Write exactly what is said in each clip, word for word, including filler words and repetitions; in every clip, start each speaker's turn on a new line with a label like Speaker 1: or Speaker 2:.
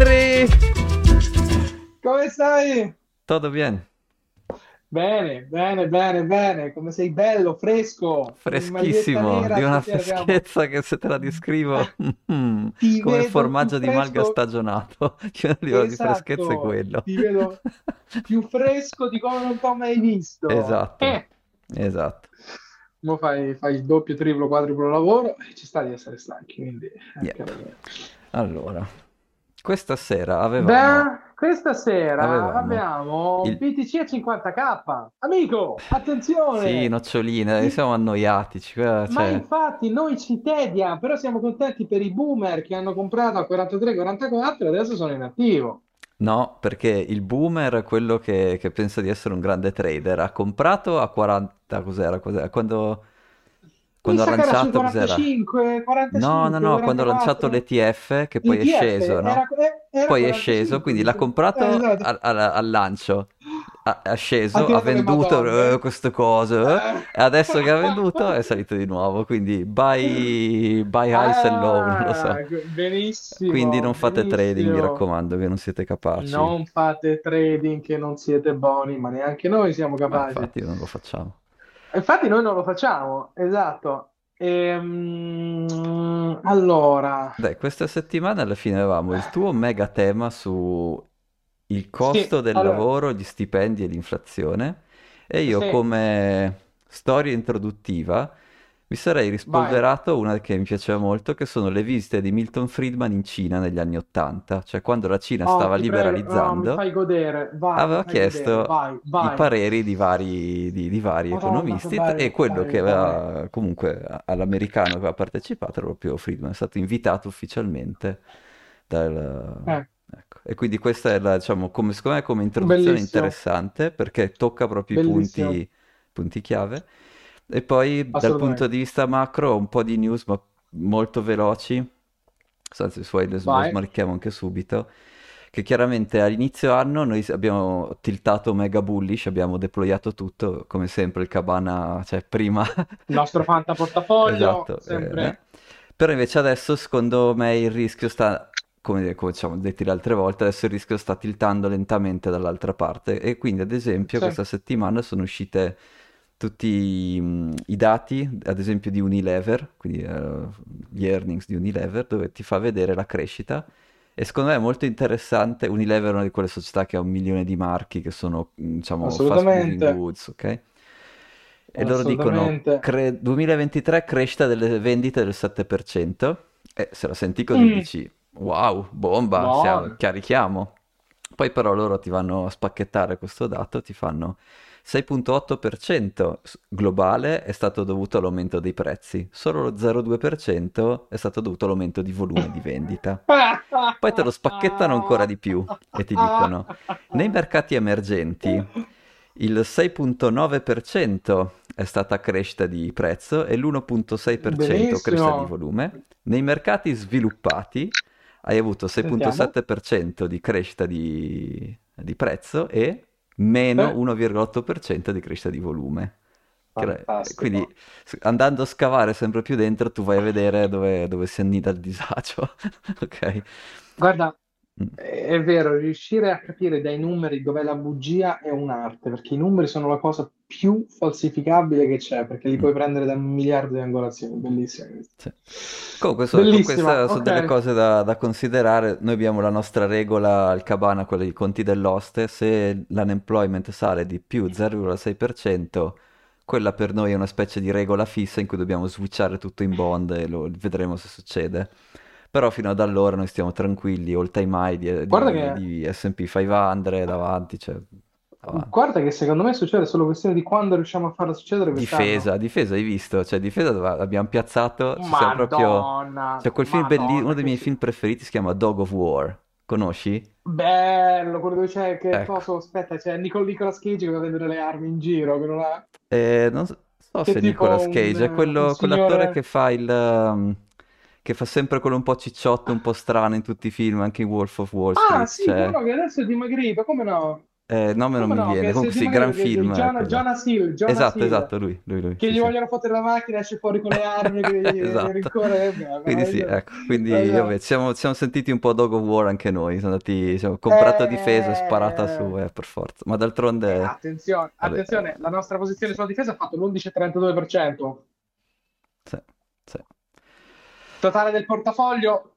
Speaker 1: Andri!
Speaker 2: Come stai?
Speaker 1: Todo bien?
Speaker 2: Bene, bene, bene, bene. Come sei bello, fresco, in maglietta
Speaker 1: Freschissimo, di
Speaker 2: nera,
Speaker 1: una
Speaker 2: stasera siamo...
Speaker 1: freschezza che se te la descrivo, mm,
Speaker 2: Ti
Speaker 1: come il
Speaker 2: vedo più
Speaker 1: formaggio di malga
Speaker 2: fresco,
Speaker 1: stagionato. Cioè, il livello di freschezza è
Speaker 2: esatto,
Speaker 1: quello.
Speaker 2: ti vedo più fresco di come non t'ho mai visto.
Speaker 1: Esatto,
Speaker 2: Eh,
Speaker 1: esatto.
Speaker 2: mo fai, fai il doppio, triplo, quadruplo lavoro e ci sta di essere stanchi, quindi, eh,
Speaker 1: Niente.
Speaker 2: caro mio.
Speaker 1: Allora, questa sera avevamo,
Speaker 2: Beh, questa sera
Speaker 1: avevamo
Speaker 2: abbiamo
Speaker 1: il...
Speaker 2: B T C a cinquanta K. Amico,
Speaker 1: Sì,
Speaker 2: attenzione!
Speaker 1: noccioline,
Speaker 2: I-
Speaker 1: siamo annoiati, cioè,
Speaker 2: Ma
Speaker 1: cioè,
Speaker 2: infatti noi ci tediamo, però siamo contenti per i boomer che hanno comprato a quarantatré quarantaquattro e adesso sono in attivo.
Speaker 1: no, perché il boomer, quello che, che pensa di essere un grande trader, ha comprato a quaranta, cos'era? Cos'era? Quando,
Speaker 2: Mi
Speaker 1: quando ha
Speaker 2: sa che era sui
Speaker 1: lanciato, cos'era?
Speaker 2: quarantacinque,
Speaker 1: No, no,
Speaker 2: quarantacinque,
Speaker 1: no, quando ha lanciato
Speaker 2: quarantaquattro.
Speaker 1: l'E T F, che poi è
Speaker 2: L'E T F
Speaker 1: sceso,
Speaker 2: era,
Speaker 1: no?
Speaker 2: eh, era
Speaker 1: Poi è sceso,
Speaker 2: quarantacinque,
Speaker 1: quindi
Speaker 2: mi
Speaker 1: l'ha
Speaker 2: sa. Eh,
Speaker 1: comprato
Speaker 2: esatto.
Speaker 1: al, al- al lancio, ha, ha
Speaker 2: Ha
Speaker 1: sceso, ha
Speaker 2: tirato le
Speaker 1: venduto eh,
Speaker 2: madonne.
Speaker 1: queste cose, eh,
Speaker 2: Eh.
Speaker 1: e adesso che ha venduto è salito di nuovo, quindi buy, buy high, sell low, non lo so.
Speaker 2: Ah,
Speaker 1: Quindi
Speaker 2: benissimo,
Speaker 1: non fate trading, mi
Speaker 2: benissimo.
Speaker 1: raccomando, che non siete capaci.
Speaker 2: Non fate trading che non siete buoni, ma neanche noi siamo
Speaker 1: Ma
Speaker 2: capaci.
Speaker 1: infatti non lo facciamo.
Speaker 2: Infatti noi non lo facciamo, esatto. Ehm, allora,
Speaker 1: Dai, questa settimana alla fine avevamo il tuo mega tema su il
Speaker 2: sì,
Speaker 1: costo del
Speaker 2: allora,
Speaker 1: lavoro, gli stipendi e l'inflazione e io
Speaker 2: sì,
Speaker 1: come storia introduttiva mi sarei
Speaker 2: vai.
Speaker 1: rispolverato una che mi piaceva molto, che sono le visite di Milton Friedman in Cina negli anni Ottanta, cioè quando la Cina
Speaker 2: Oh,
Speaker 1: stava
Speaker 2: ti prego, no, mi
Speaker 1: liberalizzando,
Speaker 2: fai godere, vai, mi
Speaker 1: aveva
Speaker 2: fai godere,
Speaker 1: chiesto
Speaker 2: vai,
Speaker 1: i
Speaker 2: vai.
Speaker 1: pareri di vari, di, di vari
Speaker 2: Madonna, che
Speaker 1: economisti t- e
Speaker 2: bello,
Speaker 1: quello che
Speaker 2: vai, vai.
Speaker 1: aveva comunque a- all'americano che aveva partecipato era proprio Friedman, è stato invitato ufficialmente dal...
Speaker 2: Eh,
Speaker 1: Ecco. E quindi questa è la, diciamo, come, secondo me come introduzione
Speaker 2: bellissimo,
Speaker 1: interessante perché tocca proprio i
Speaker 2: bellissimo,
Speaker 1: punti, punti chiave. E poi dal punto
Speaker 2: assolutamente.
Speaker 1: di vista macro un po' di news ma molto veloci, anzi se vuoi le- lo
Speaker 2: Vai.
Speaker 1: smarchiamo anche subito, che chiaramente all'inizio anno noi abbiamo tiltato mega bullish, abbiamo deployato tutto, come sempre il Cabana, cioè prima...
Speaker 2: Il nostro fantaportafoglio,
Speaker 1: Esatto, eh, eh.
Speaker 2: sempre.
Speaker 1: Però invece adesso secondo me il rischio sta, come, dire, come diciamo detti le altre volte, adesso il rischio sta tiltando lentamente dall'altra parte e quindi ad esempio
Speaker 2: Sì.
Speaker 1: questa settimana sono uscite tutti i, mh, i dati, ad esempio di Unilever, quindi eh, gli earnings di Unilever, dove ti fa vedere la crescita. E secondo me è molto interessante. Unilever è una di quelle società che ha un milione di marchi che sono, mh, diciamo, fast moving
Speaker 2: Assolutamente,
Speaker 1: goods, ok? E loro dicono
Speaker 2: assolutamente.
Speaker 1: cre- duemilaventitré crescita delle vendite del sette per cento. E se la senti così
Speaker 2: Mm,
Speaker 1: dici, wow, bomba, siamo,
Speaker 2: buono.
Speaker 1: carichiamo. Poi però loro ti vanno a spacchettare questo dato, ti fanno sei virgola otto per cento s- globale è stato dovuto all'aumento dei prezzi, solo lo zero virgola due per cento è stato dovuto all'aumento di volume di vendita. Poi te lo spacchettano ancora di più e ti dicono, nei mercati emergenti il sei virgola nove per cento è stata crescita di prezzo e l'uno virgola sei per cento crescita di
Speaker 2: Benissimo.
Speaker 1: volume. Nei mercati sviluppati hai avuto
Speaker 2: Sentiamo.
Speaker 1: sei virgola sette per cento di crescita di, di prezzo e
Speaker 2: Sì,
Speaker 1: meno uno virgola otto per cento di crescita di volume. Che era- Quindi
Speaker 2: fantastico.
Speaker 1: s- andando a scavare sempre più dentro tu vai a vedere dove, dove si annida il disagio. Ok?
Speaker 2: Guarda,
Speaker 1: Mm.
Speaker 2: è è vero, riuscire a capire dai numeri dov'è la bugia è un'arte, perché i numeri sono la cosa più falsificabile che c'è, perché li
Speaker 1: Mm.
Speaker 2: puoi prendere da un miliardo di angolazioni. Bellissima questa.
Speaker 1: Sì. Comunque, so- con
Speaker 2: Bellissima,
Speaker 1: queste sono delle
Speaker 2: ok.
Speaker 1: cose da, da considerare. Noi abbiamo la nostra regola al Cabana, quella dei conti dell'oste. Se l'unemployment sale di più zero virgola sei per cento, quella per noi è una specie di regola fissa in cui dobbiamo switchare tutto in bond e lo vedremo se succede. Però fino ad allora noi stiamo tranquilli, all time high di,
Speaker 2: Guarda
Speaker 1: di,
Speaker 2: che,
Speaker 1: di S and P cinquecento avanti, cioè avanti.
Speaker 2: guarda che secondo me succede solo questione di quando riusciamo a farlo succedere quest'anno.
Speaker 1: Difesa, difesa, hai visto? Cioè, difesa dove abbiamo piazzato, ci siamo proprio...
Speaker 2: Madonna,
Speaker 1: C'è quel film bellissimo, uno
Speaker 2: Madonna,
Speaker 1: dei
Speaker 2: che
Speaker 1: miei
Speaker 2: fi-
Speaker 1: film preferiti si chiama Dog of War. Conosci?
Speaker 2: bello, quello dove c'è che
Speaker 1: Ecco.
Speaker 2: cosa, aspetta, c'è Nicol Nicolas Cage che va a vendere le armi in giro, che non ha,
Speaker 1: Eh, non so so
Speaker 2: che
Speaker 1: se
Speaker 2: è
Speaker 1: è
Speaker 2: tipo
Speaker 1: Nicolas
Speaker 2: un,
Speaker 1: Cage, è
Speaker 2: un
Speaker 1: quello, quell'attore che
Speaker 2: signore.
Speaker 1: fa il... um, che fa sempre quello un po' cicciotto, un po' strano in tutti i film, anche in Wolf of Wall
Speaker 2: Ah,
Speaker 1: Street,
Speaker 2: sì, come
Speaker 1: cioè...
Speaker 2: no, che adesso è dimagrito, come no?
Speaker 1: Eh, il nome non
Speaker 2: Come
Speaker 1: mi
Speaker 2: no?
Speaker 1: viene,
Speaker 2: Che
Speaker 1: comunque
Speaker 2: se ti
Speaker 1: sì,
Speaker 2: pare
Speaker 1: gran
Speaker 2: di, di
Speaker 1: film è
Speaker 2: Jonah,
Speaker 1: quello.
Speaker 2: Jonas Hill, Jonas
Speaker 1: Esatto,
Speaker 2: Hill,
Speaker 1: esatto, lui, lui, lui,
Speaker 2: che
Speaker 1: sì,
Speaker 2: gli
Speaker 1: sì.
Speaker 2: vogliono fottere la macchina, esce fuori con le armi, che gli, gli
Speaker 1: Esatto.
Speaker 2: rincorre, eh, beh,
Speaker 1: Quindi sì,
Speaker 2: meraviglioso.
Speaker 1: ecco, quindi vabbè,
Speaker 2: Meraviglioso.
Speaker 1: ci siamo, ci siamo sentiti un po' Dog of War anche noi, siamo andati, siamo comprato difesa e sparata
Speaker 2: Eh,
Speaker 1: su, eh, per forza. Ma
Speaker 2: eh,
Speaker 1: d'altronde,
Speaker 2: attenzione,
Speaker 1: vabbè, eh,
Speaker 2: attenzione, la nostra posizione
Speaker 1: sì,
Speaker 2: sulla difesa ha fatto l'undici virgola trentadue per cento.
Speaker 1: sì, sì.
Speaker 2: Totale del portafoglio,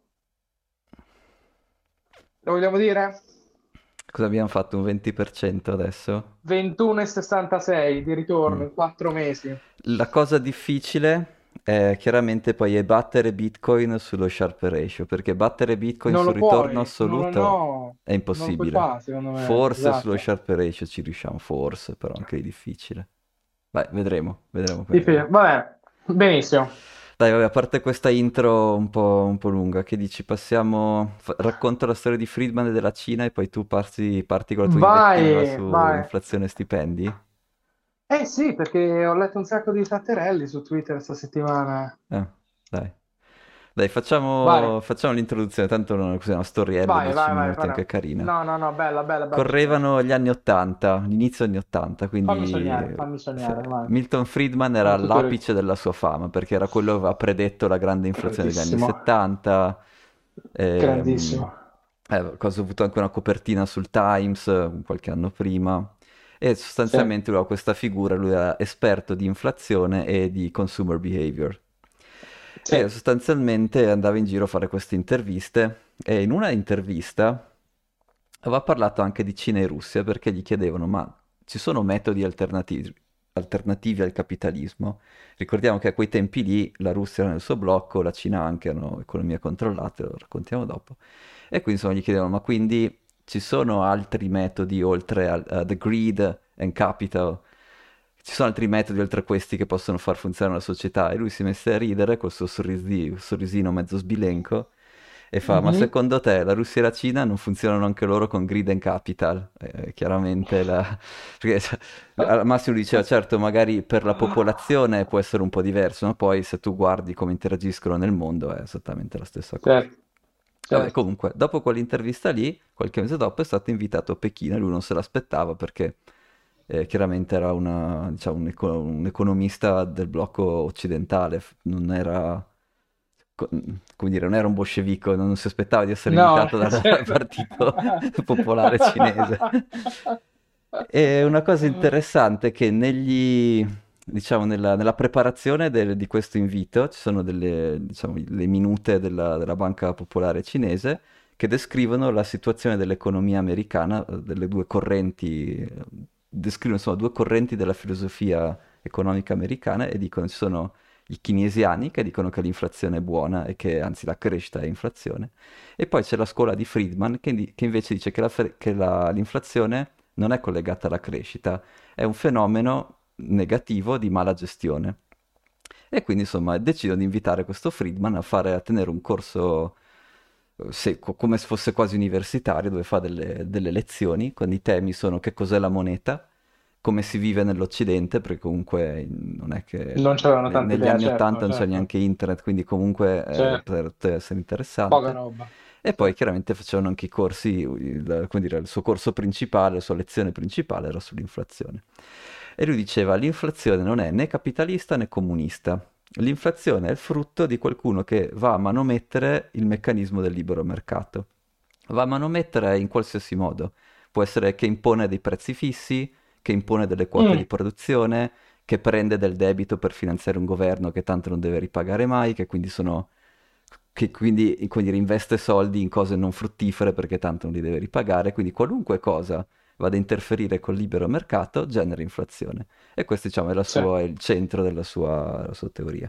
Speaker 2: lo vogliamo dire?
Speaker 1: Cosa abbiamo fatto? Un venti per cento adesso?
Speaker 2: ventuno virgola sessantasei di ritorno
Speaker 1: Mm.
Speaker 2: in quattro mesi.
Speaker 1: La cosa difficile è chiaramente poi è battere Bitcoin sullo Sharpe Ratio, perché battere Bitcoin
Speaker 2: Non
Speaker 1: sul
Speaker 2: lo
Speaker 1: ritorno
Speaker 2: puoi, non lo
Speaker 1: assoluto
Speaker 2: no,
Speaker 1: è
Speaker 2: non lo puoi
Speaker 1: impossibile.
Speaker 2: fare, secondo me.
Speaker 1: Forse sullo
Speaker 2: Esatto.
Speaker 1: Sharpe Ratio ci riusciamo, forse, però anche lì difficile. Vai, vedremo, vedremo
Speaker 2: Sì, sì,
Speaker 1: come...
Speaker 2: vabbè, benissimo.
Speaker 1: Dai, vabbè, a parte questa intro un po', un po' lunga, che dici? Passiamo... fa- racconto la storia di Friedman e della Cina e poi tu parti, parti con la tua invettiva
Speaker 2: Vai,
Speaker 1: su
Speaker 2: vai.
Speaker 1: inflazione e stipendi?
Speaker 2: Eh sì, perché ho letto un sacco di fatterelli su Twitter questa settimana.
Speaker 1: Eh, dai. Dai,
Speaker 2: Vai,
Speaker 1: facciamo, facciamo l'introduzione, tanto non- così è una storiella,
Speaker 2: vai,
Speaker 1: dieci
Speaker 2: vai, vai.
Speaker 1: minuti, anche
Speaker 2: Para.
Speaker 1: carina.
Speaker 2: No, no, no, bella, bella, bella, ci piace.
Speaker 1: Correvano gli anni ottanta, l'inizio anni ottanta,
Speaker 2: Fammi
Speaker 1: quindi
Speaker 2: sognare, fammi
Speaker 1: sì,
Speaker 2: sognare, vai.
Speaker 1: Milton Friedman era
Speaker 2: Sono tutto orecchio.
Speaker 1: all'apice della sua fama, perché era quello che aveva predetto la grande inflazione degli anni
Speaker 2: Grandissimo,
Speaker 1: settanta, ehm,
Speaker 2: grandissimo.
Speaker 1: eh, cosa ha avuto anche una copertina sul Times eh, qualche anno prima, e
Speaker 2: Sì,
Speaker 1: sostanzialmente lui aveva questa figura, lui era esperto di inflazione e di consumer behavior.
Speaker 2: sì.
Speaker 1: E sostanzialmente andava in giro a fare queste interviste e in una intervista aveva parlato anche di Cina e Russia perché gli chiedevano ma ci sono metodi alternativi, alternativi al capitalismo? Ricordiamo che a quei tempi lì la Russia era nel suo blocco, la Cina anche erano economie controllate, lo raccontiamo dopo. E quindi insomma gli chiedevano ma quindi ci sono altri metodi oltre al a the greed and capital? Ci sono altri metodi oltre a questi che possono far funzionare la società? E lui si messe a ridere col suo sorrisi- sorrisino mezzo sbilenco e fa: Ma
Speaker 2: Mhm.
Speaker 1: secondo te la Russia e la Cina non funzionano anche loro con greed and capital? Eh, chiaramente la... perché cioè, al massimo lui diceva: Certo, magari per la popolazione può essere un po' diverso, ma poi se tu guardi come interagiscono nel mondo è esattamente la stessa cosa.
Speaker 2: Certo,
Speaker 1: Vabbè,
Speaker 2: certo.
Speaker 1: comunque, dopo quell'intervista lì, qualche mese dopo è stato invitato a Pechino e lui non se l'aspettava perché eh, chiaramente era una, diciamo, un, eco- un economista del blocco occidentale, f- non era, co- come dire, non era un bolscevico, non si aspettava di essere
Speaker 2: No,
Speaker 1: invitato dal, dal
Speaker 2: certo.
Speaker 1: Partito Popolare Cinese. E una cosa interessante è che negli, diciamo, nella, nella preparazione del- di questo invito ci sono delle, diciamo, le minute della, della Banca Popolare Cinese che descrivono la situazione dell'economia americana, eh, delle due correnti, eh, descrivono insomma due correnti della filosofia economica americana e dicono ci sono i keynesiani che dicono che l'inflazione è buona e che anzi la crescita è inflazione, e poi c'è la scuola di Friedman che, di- che invece dice che, la fre- che la- l'inflazione non è collegata alla crescita, è un fenomeno negativo di mala gestione. E quindi insomma decido di invitare questo Friedman a fare, a tenere un corso eh, se- co- come se fosse quasi universitario, dove fa delle, delle lezioni, con i temi sono che cos'è la moneta, come si vive nell'Occidente, perché comunque non è che
Speaker 2: Non c'avevano
Speaker 1: ne-
Speaker 2: tante
Speaker 1: negli
Speaker 2: idee,
Speaker 1: anni
Speaker 2: certo,
Speaker 1: Ottanta non c'era
Speaker 2: certo,
Speaker 1: neanche internet, quindi comunque eh,
Speaker 2: certo.
Speaker 1: poteva essere
Speaker 2: Poca
Speaker 1: interessante.
Speaker 2: roba.
Speaker 1: E
Speaker 2: Sì.
Speaker 1: poi chiaramente facevano anche i corsi, il, come dire, il suo corso principale, la sua lezione principale era sull'inflazione. E lui diceva, l'inflazione non è né capitalista né comunista. L'inflazione è il frutto di qualcuno che va a manomettere il meccanismo del libero mercato. Va a manomettere in qualsiasi modo. Può essere che impone dei prezzi fissi, che impone delle quote di
Speaker 2: Mm,
Speaker 1: produzione, che prende del debito per finanziare un governo che tanto non deve ripagare mai, che quindi sono che quindi, come dire, investe soldi in cose non fruttifere perché tanto non li deve ripagare, quindi qualunque cosa vada a interferire col libero mercato genera inflazione. E questo, diciamo, è, la
Speaker 2: sì.
Speaker 1: sua- è il centro della sua, della sua teoria.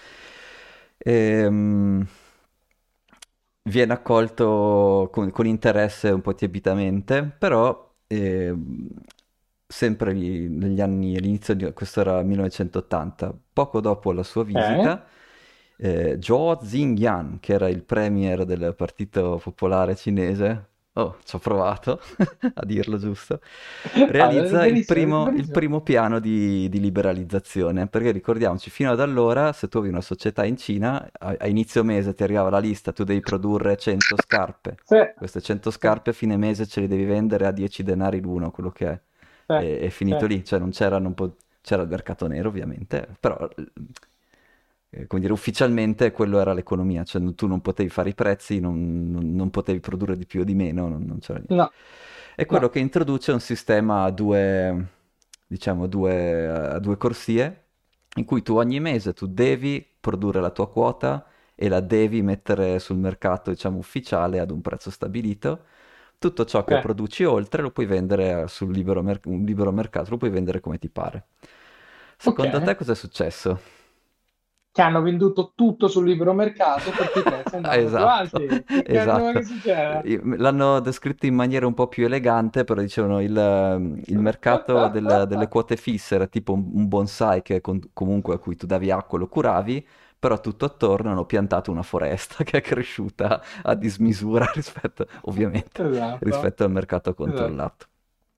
Speaker 1: Ehm, Viene accolto con, con interesse un po' tiepidamente, però ehm, sempre lì negli anni, all'inizio di, questo era millenovecentottanta, poco dopo la sua
Speaker 2: Eh?
Speaker 1: visita, eh, Zhou Zingyan, che era il premier del Partito Popolare Cinese, oh, ci ho provato a dirlo giusto,
Speaker 2: Ah,
Speaker 1: realizza il
Speaker 2: benissimo,
Speaker 1: primo, il
Speaker 2: benissimo.
Speaker 1: primo piano di, di liberalizzazione, perché ricordiamoci, fino ad allora, se tu avevi una società in Cina, a, a inizio mese ti arrivava la lista, tu devi produrre cento scarpe,
Speaker 2: Sì,
Speaker 1: queste cento
Speaker 2: sì,
Speaker 1: scarpe a fine mese ce le devi vendere a dieci denari l'uno, quello che è,
Speaker 2: sì,
Speaker 1: e è
Speaker 2: sì.
Speaker 1: finito lì, cioè non c'era, non po- c'era il mercato nero ovviamente, però eh, come dire, ufficialmente quello era l'economia, cioè n- tu non potevi fare i prezzi, non, non- non potevi produrre di più o di meno, non, non c'era niente.
Speaker 2: No,
Speaker 1: È quello
Speaker 2: no,
Speaker 1: che introduce un sistema a due, diciamo, due, a due corsie, in cui tu ogni mese tu devi produrre la tua quota e la devi mettere sul mercato, diciamo, ufficiale ad un prezzo stabilito. Tutto ciò
Speaker 2: sì.
Speaker 1: che produci oltre lo puoi vendere sul libero, mer- un libero mercato, lo puoi vendere come ti pare.
Speaker 2: Ok.
Speaker 1: Secondo te cosa è successo?
Speaker 2: Che hanno venduto tutto sul libero mercato perché i prezzi andavano più
Speaker 1: Esatto,
Speaker 2: alti. Che cazzo
Speaker 1: esatto.
Speaker 2: che succede?
Speaker 1: Eh, L'hanno descritto in maniera un po' più elegante, però dicevano il, ehm, il mercato del- delle quote fisse era tipo un, un bonsai che con- comunque a cui tu davi acqua e lo curavi, però tutto attorno hanno piantato una foresta che è cresciuta a dismisura rispetto, ovviamente,
Speaker 2: Esatto,
Speaker 1: rispetto al mercato
Speaker 2: esatto.
Speaker 1: controllato.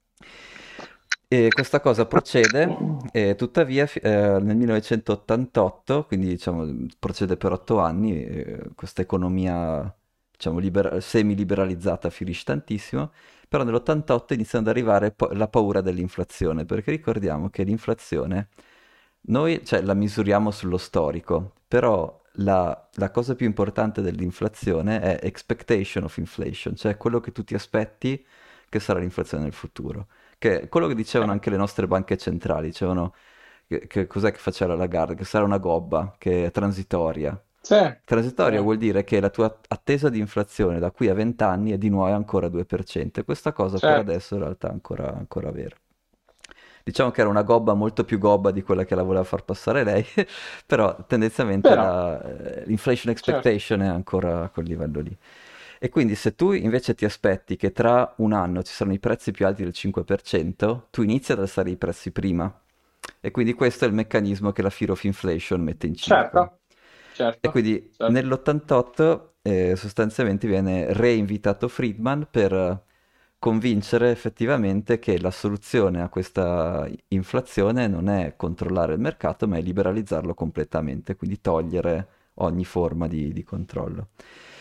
Speaker 1: E questa cosa procede, e tuttavia fi- eh, nel millenovecentottantotto, quindi diciamo procede per otto anni, eh, questa economia diciamo libera- semi-liberalizzata finisce tantissimo, però nell'ottantotto iniziano ad arrivare pa- la paura dell'inflazione, perché ricordiamo che l'inflazione noi cioè, la misuriamo sullo storico, però la, la cosa più importante dell'inflazione è expectation of inflation, cioè quello che tu ti aspetti che sarà l'inflazione nel futuro. Che è quello che dicevano
Speaker 2: Ok.
Speaker 1: anche le nostre banche centrali, dicevano che, che cos'è che faceva la Lagarde, che sarà una gobba, che è transitoria.
Speaker 2: Sì, sì,
Speaker 1: Transitoria vuol dire che la tua attesa di inflazione da qui a venti anni è di nuovo ancora due per cento e questa cosa per
Speaker 2: certo.
Speaker 1: adesso in realtà è ancora, ancora vera. Diciamo che era una gobba molto più gobba di quella che la voleva far passare lei, però tendenzialmente
Speaker 2: Però,
Speaker 1: la, eh, l'inflation
Speaker 2: certo.
Speaker 1: expectation è ancora a quel livello lì. E quindi se tu invece ti aspetti che tra un anno ci saranno i prezzi più alti del cinque per cento, tu inizi ad alzare i prezzi prima. E quindi questo è il meccanismo che la Fear of Inflation mette in circolo.
Speaker 2: Certo,
Speaker 1: E
Speaker 2: certo,
Speaker 1: quindi
Speaker 2: certo.
Speaker 1: nell'ottantotto eh, sostanzialmente viene reinvitato Friedman per eh, convincere effettivamente che la soluzione a questa inflazione non è controllare il mercato, ma è liberalizzarlo completamente, quindi togliere ogni forma di, di controllo.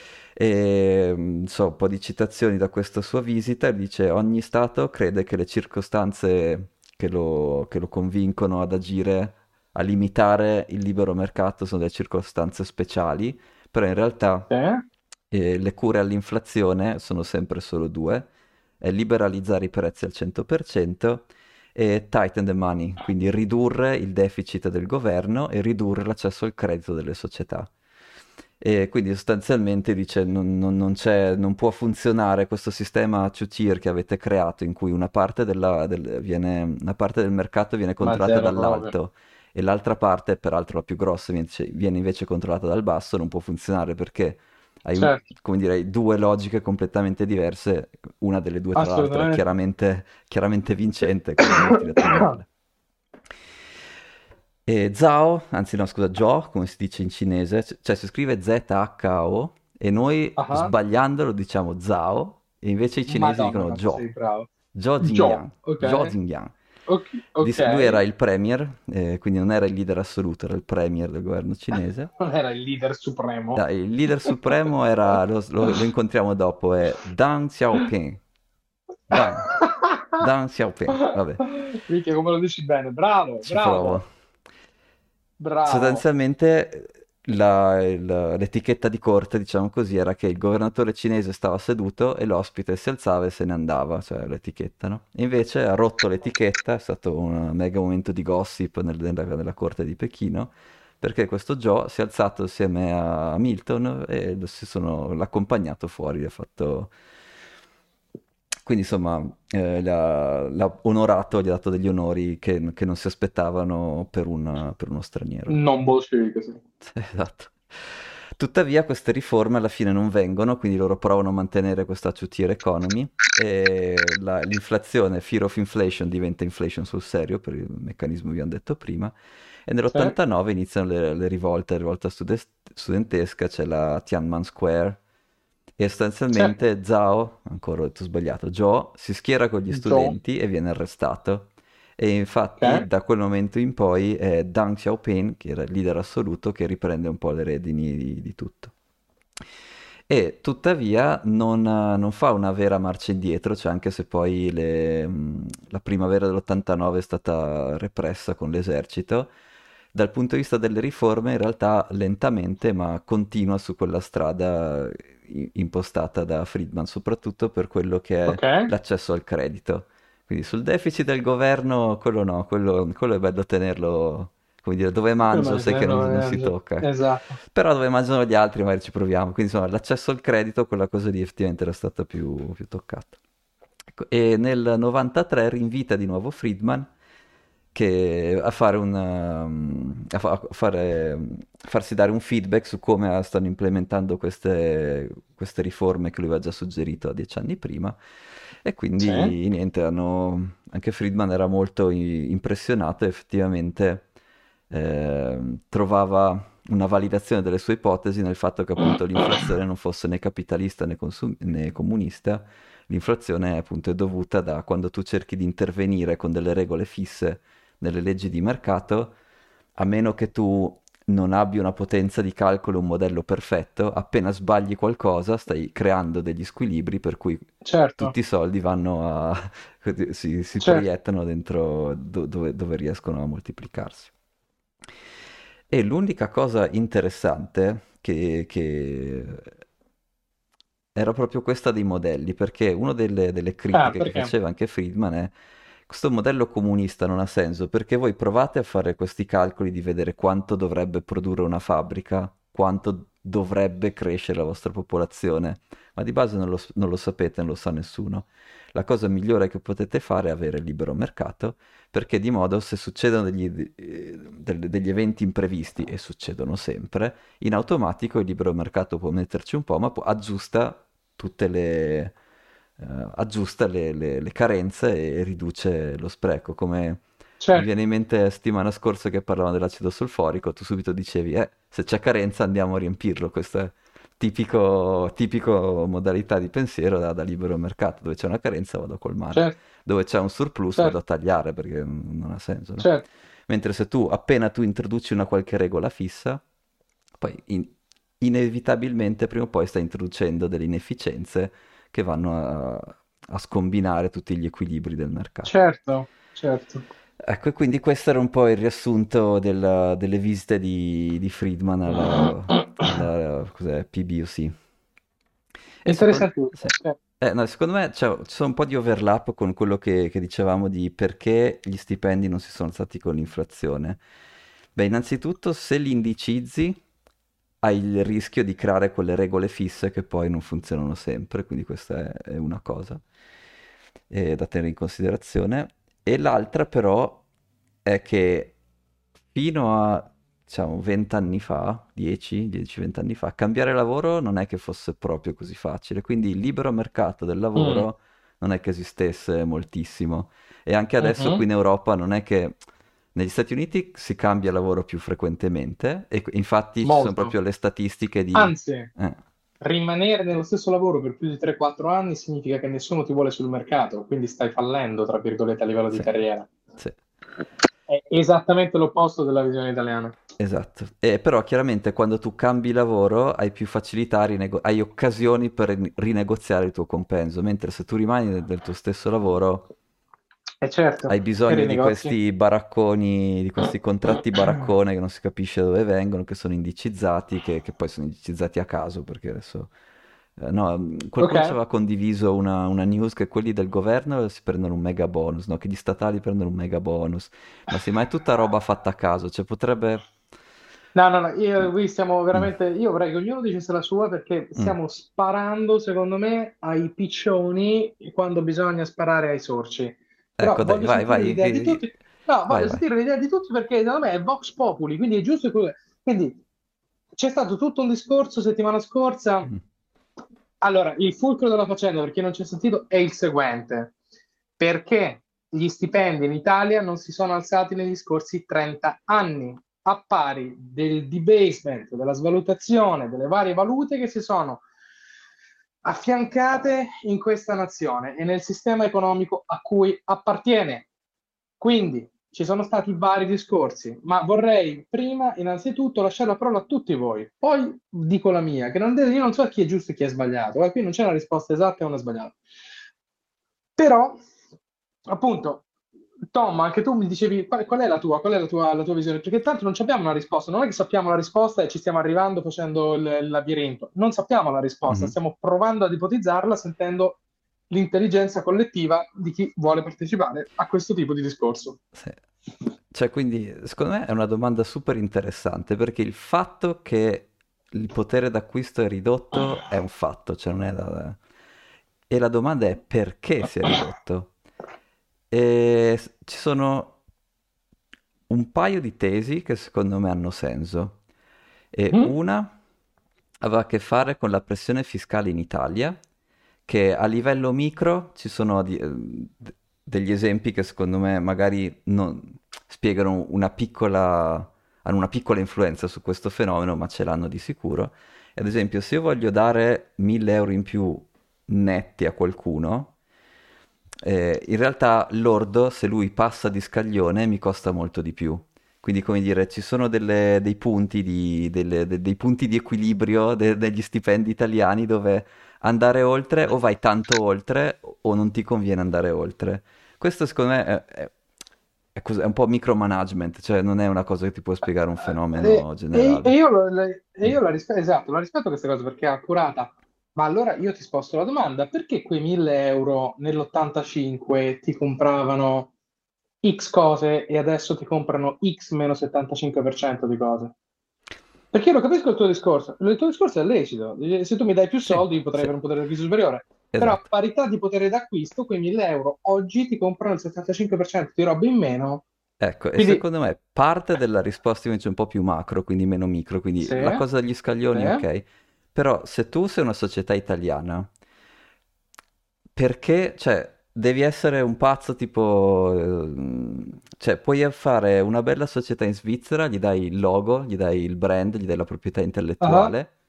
Speaker 1: E mm, so, un po' di citazioni da questa sua visita, dice ogni Stato crede che le circostanze che lo, che lo convincono ad agire, a limitare il libero mercato sono delle circostanze speciali, però in realtà
Speaker 2: Sì,
Speaker 1: eh, le cure all'inflazione sono sempre solo due, è liberalizzare i prezzi al cento per cento e tighten the money, quindi ridurre il deficit del governo e ridurre l'accesso al credito delle società. E quindi sostanzialmente dice non, non- non c'è, non può funzionare questo sistema two-tier che avete creato in cui una parte, della- del, viene- una parte del mercato viene
Speaker 2: ma
Speaker 1: controllata
Speaker 2: zero proprio.
Speaker 1: dall'alto e l'altra parte, peraltro la più grossa, viene, viene invece controllata dal basso, non può funzionare perché hai, un-
Speaker 2: Certo,
Speaker 1: come dire, hai due logiche completamente diverse, una delle due tra l'altro è
Speaker 2: assolutamente.
Speaker 1: chiaramente, chiaramente vincente, quindi mettili a toglierle. E Zhao, anzi no scusa, Zhou, come si dice in cinese, c- cioè si scrive Z H O e noi
Speaker 2: Ah,
Speaker 1: sbagliandolo diciamo Zhao e invece i cinesi
Speaker 2: Madonna,
Speaker 1: dicono
Speaker 2: quanto
Speaker 1: Zhou,
Speaker 2: sei bravo.
Speaker 1: Zhou Jingyang,
Speaker 2: Joe, ok,
Speaker 1: Zhou Jingyang.
Speaker 2: ok,
Speaker 1: Di-
Speaker 2: ok.
Speaker 1: Lui era il premier, eh, quindi non era il leader assoluto, era il premier del governo cinese.
Speaker 2: Non era il leader supremo.
Speaker 1: Dai, il leader supremo era, lo, lo- lo incontriamo dopo, è Deng Xiaoping. Deng, Deng Xiaoping, vabbè.
Speaker 2: Minchia, come lo dici bene? Bravo,
Speaker 1: Ci provo.
Speaker 2: bravo, bravo.
Speaker 1: Sostanzialmente la- il- l'etichetta di corte, diciamo così, era che il governatore cinese stava seduto e l'ospite si alzava e se ne andava, cioè l'etichetta, no? E invece ha rotto l'etichetta, è stato un mega momento di gossip nel- nella, nella corte di Pechino, perché questo Joe si è alzato assieme a Milton e lo- si sono, l'ha accompagnato fuori, ha fatto quindi insomma eh, l'ha, l'ha onorato, gli ha dato degli onori che, che non si aspettavano per, una- per uno straniero.
Speaker 2: Non bolscevique, sì.
Speaker 1: Esatto. Tuttavia queste riforme alla fine non vengono, quindi loro provano a mantenere questa two-tier economy e la- l'inflazione, fear of inflation, diventa inflation sul serio per il meccanismo che vi abbiamo detto prima e
Speaker 2: Sì,
Speaker 1: nell'ottantanove iniziano le, le rivolte, la rivolta studes- studentesca, c'è la Tiananmen Square E
Speaker 2: Certo.
Speaker 1: sostanzialmente Zhao, ancora ho detto sbagliato, Zhou, si schiera con gli
Speaker 2: Joe.
Speaker 1: studenti e viene arrestato. E infatti
Speaker 2: Ok.
Speaker 1: da quel momento in poi è Deng Xiaoping, che era il leader assoluto, che riprende un po' le redini di, di tutto. E tuttavia non, non fa una vera marcia indietro, cioè anche se poi le- mh, la primavera dell'ottantanove è stata repressa con l'esercito, dal punto di vista delle riforme in realtà lentamente ma continua su quella strada i- impostata da Friedman, soprattutto per quello che è
Speaker 2: Ok.
Speaker 1: l'accesso al credito. Quindi sul deficit del governo, quello no, quello, quello è bello tenerlo, come dire, dove
Speaker 2: Come
Speaker 1: mangio,
Speaker 2: mai
Speaker 1: sai che non, non si
Speaker 2: se-
Speaker 1: tocca, ecco.
Speaker 2: Esatto.
Speaker 1: Però dove mangiano gli altri magari ci proviamo. Quindi insomma l'accesso al credito, quella cosa lì effettivamente era stata più, più toccata. Ecco, e nel novantatré rinvita di nuovo Friedman che- a fare un, um, a fa- a fare, um, farsi dare un feedback su come stanno implementando queste, queste riforme che lui aveva già suggerito dieci anni prima. E
Speaker 2: Sì.
Speaker 1: quindi niente, hanno- anche Friedman era molto i- impressionato e effettivamente ehm, trovava una validazione delle sue ipotesi nel fatto che appunto l'inflazione non fosse né capitalista né, consum- né comunista. L'inflazione appunto è dovuta da quando tu cerchi di intervenire con delle regole fisse nelle leggi di mercato, a meno che tu non abbia una potenza di calcolo, un modello perfetto, appena sbagli qualcosa stai creando degli squilibri per cui tutti
Speaker 2: Certo.
Speaker 1: i soldi vanno a... si, si
Speaker 2: Certo.
Speaker 1: proiettano dentro do- dove, dove riescono a moltiplicarsi. E l'unica cosa interessante che, che era proprio questa dei modelli, perché una delle, delle
Speaker 2: Ah,
Speaker 1: critiche che
Speaker 2: perché?
Speaker 1: faceva anche Friedman è questo modello comunista non ha senso, perché voi provate a fare questi calcoli di vedere quanto dovrebbe produrre una fabbrica, quanto dovrebbe crescere la vostra popolazione, ma di base non lo, non lo sapete, non lo sa nessuno. La cosa migliore che potete fare è avere il libero mercato, perché di modo se succedono degli, eh, del- degli eventi imprevisti, e succedono sempre, in automatico il libero mercato può metterci un po', ma può- aggiusta tutte le, eh, aggiusta le, le- le carenze e riduce lo spreco. Come mi
Speaker 2: Certo.
Speaker 1: viene in mente settimana scorsa che parlavamo dell'acido solforico, tu subito dicevi, eh, se c'è carenza andiamo a riempirlo. Questo è tipico, tipico modalità di pensiero da, da libero mercato, dove c'è una carenza vado a colmare,
Speaker 2: Certo.
Speaker 1: dove c'è un surplus vado a
Speaker 2: Certo.
Speaker 1: tagliare perché non ha senso, no?
Speaker 2: Certo.
Speaker 1: Mentre se tu, appena tu introduci una qualche regola fissa, poi in- inevitabilmente prima o poi stai introducendo delle inefficienze che vanno a, a scombinare tutti gli equilibri del mercato.
Speaker 2: Certo. Certo.
Speaker 1: Ecco, e quindi questo era un po' il riassunto della- delle visite di, di Friedman alla, alla cos'è, P B O C. E secondo, sì.
Speaker 2: Interessantissimo. Sì.
Speaker 1: Eh, no, secondo me c'è- ci sono un po' di overlap con quello che, che dicevamo di perché gli stipendi non si sono alzati con l'inflazione. Beh, innanzitutto, se li indicizzi, hai il rischio di creare quelle regole fisse che poi non funzionano sempre, quindi questa è, è una cosa eh, da tenere in considerazione. E l'altra però è che fino a, diciamo, venti anni fa, dieci, dieci venti anni fa, cambiare lavoro non è che fosse proprio così facile, quindi il libero mercato del
Speaker 2: Mm.
Speaker 1: lavoro non è che esistesse moltissimo. E anche adesso qui
Speaker 2: Mhm.
Speaker 1: in Europa non è che negli Stati Uniti si cambia lavoro più frequentemente e qu- infatti ci sono
Speaker 2: Molto.
Speaker 1: proprio le statistiche di...
Speaker 2: Anzi,
Speaker 1: eh,
Speaker 2: rimanere nello stesso lavoro per più di tre quattro anni significa che nessuno ti vuole sul mercato, quindi stai fallendo, tra virgolette, a livello di
Speaker 1: sì,
Speaker 2: carriera.
Speaker 1: sì.
Speaker 2: È esattamente l'opposto della visione italiana.
Speaker 1: Esatto, e però chiaramente quando tu cambi lavoro hai più facilità, a rinego- hai occasioni per rin- rinegoziare il tuo compenso, mentre se tu rimani nel, nel tuo stesso lavoro
Speaker 2: E certo,
Speaker 1: hai
Speaker 2: e
Speaker 1: bisogno di
Speaker 2: rinegozi.
Speaker 1: questi baracconi, di questi contratti baraccone che non si capisce da dove vengono, che sono indicizzati, che, che poi sono indicizzati a caso, perché adesso... eh, no, mh,
Speaker 2: Ok.
Speaker 1: qualcuno ci aveva condiviso una, una news che quelli del governo si prendono un mega bonus, no? Che gli statali prendono un mega bonus. Ma sì, ma è tutta roba fatta a caso, cioè potrebbe...
Speaker 2: No, no, no, io, qui stiamo
Speaker 1: Mm,
Speaker 2: veramente, io vorrei che ognuno dicesse la sua perché
Speaker 1: mm.
Speaker 2: stiamo sparando, secondo me, ai piccioni quando bisogna sparare ai sorci. Però
Speaker 1: Ecco, dai,
Speaker 2: voglio
Speaker 1: vai,
Speaker 2: sentire
Speaker 1: vai,
Speaker 2: l'idea di
Speaker 1: che-
Speaker 2: tutti. No,
Speaker 1: vai,
Speaker 2: voglio
Speaker 1: vai.
Speaker 2: sentire l'idea di tutti perché secondo me è Vox Populi, quindi è giusto quello. Quindi c'è stato tutto un discorso settimana scorsa.
Speaker 1: Mm.
Speaker 2: Allora, il fulcro della faccenda, per chi non ci ha sentito, è il seguente. Perché gli stipendi in Italia non si sono alzati negli scorsi trenta anni, a pari del debasement, della svalutazione delle varie valute che si sono affiancate in questa nazione e nel sistema economico a cui appartiene. Quindi ci sono stati vari discorsi, ma vorrei prima innanzitutto lasciare la parola a tutti voi, poi dico la mia, che non, io non so chi è giusto e chi è sbagliato, eh, qui non c'è una risposta esatta e una sbagliata. Però, appunto, Tom, anche tu mi dicevi qual, qual è la tua, qual è la tua, la tua visione? Perché tanto non abbiamo una risposta, non è che sappiamo la risposta e ci stiamo arrivando facendo il, il labirinto, non sappiamo la risposta,
Speaker 1: Mhm.
Speaker 2: stiamo provando ad ipotizzarla sentendo l'intelligenza collettiva di chi vuole partecipare a questo tipo di discorso.
Speaker 1: Sì. Cioè, quindi, secondo me è una domanda super interessante perché il fatto che il potere d'acquisto è ridotto è un fatto, cioè non è da... E la domanda è perché si è ridotto? E s- ci sono un paio di tesi che secondo me hanno senso. E
Speaker 2: Mhm.
Speaker 1: una aveva a che fare con la pressione fiscale in Italia, che a livello micro ci sono di- eh, d- degli esempi che secondo me magari non- spiegano una piccola, hanno una piccola influenza su questo fenomeno, ma ce l'hanno di sicuro. Ad esempio, se io voglio dare mille euro in più netti a qualcuno, eh, in realtà l'ordo, se lui passa di scaglione, mi costa molto di più. Quindi, come dire, ci sono delle- dei punti di, delle- de- dei punti di equilibrio de- degli stipendi italiani dove andare oltre o vai tanto oltre o non ti conviene andare oltre. Questo secondo me è, è- è cos- è un po' micromanagement, cioè non è una cosa che ti può spiegare un
Speaker 2: E,
Speaker 1: fenomeno
Speaker 2: e- e
Speaker 1: generale.
Speaker 2: io, lo- le- e
Speaker 1: Mm.
Speaker 2: io la rispetto, esatto, la rispetto questa cosa perché è accurata. Ma allora io ti sposto la domanda, perché quei mille euro nell'ottantacinque ti compravano X cose e adesso ti comprano X meno settantacinque per cento di cose? Perché io lo capisco il tuo discorso, il tuo discorso è lecito, se tu mi dai più
Speaker 1: Sì,
Speaker 2: soldi potrei
Speaker 1: sì,
Speaker 2: avere un potere d'acquisto superiore, però a
Speaker 1: esatto.
Speaker 2: parità di potere d'acquisto, quei mille euro oggi ti comprano il settantacinque per cento di roba in meno,
Speaker 1: Ecco, e
Speaker 2: quindi
Speaker 1: secondo me parte della risposta invece è un po' più macro, quindi meno micro, quindi
Speaker 2: sì,
Speaker 1: la cosa degli
Speaker 2: sì,
Speaker 1: scaglioni, ok, però se tu sei una società italiana, perché, cioè, devi essere un pazzo tipo, ehm, cioè, puoi fare una bella società in Svizzera, gli dai il logo, gli dai il brand, gli dai la proprietà
Speaker 2: ah,
Speaker 1: intellettuale,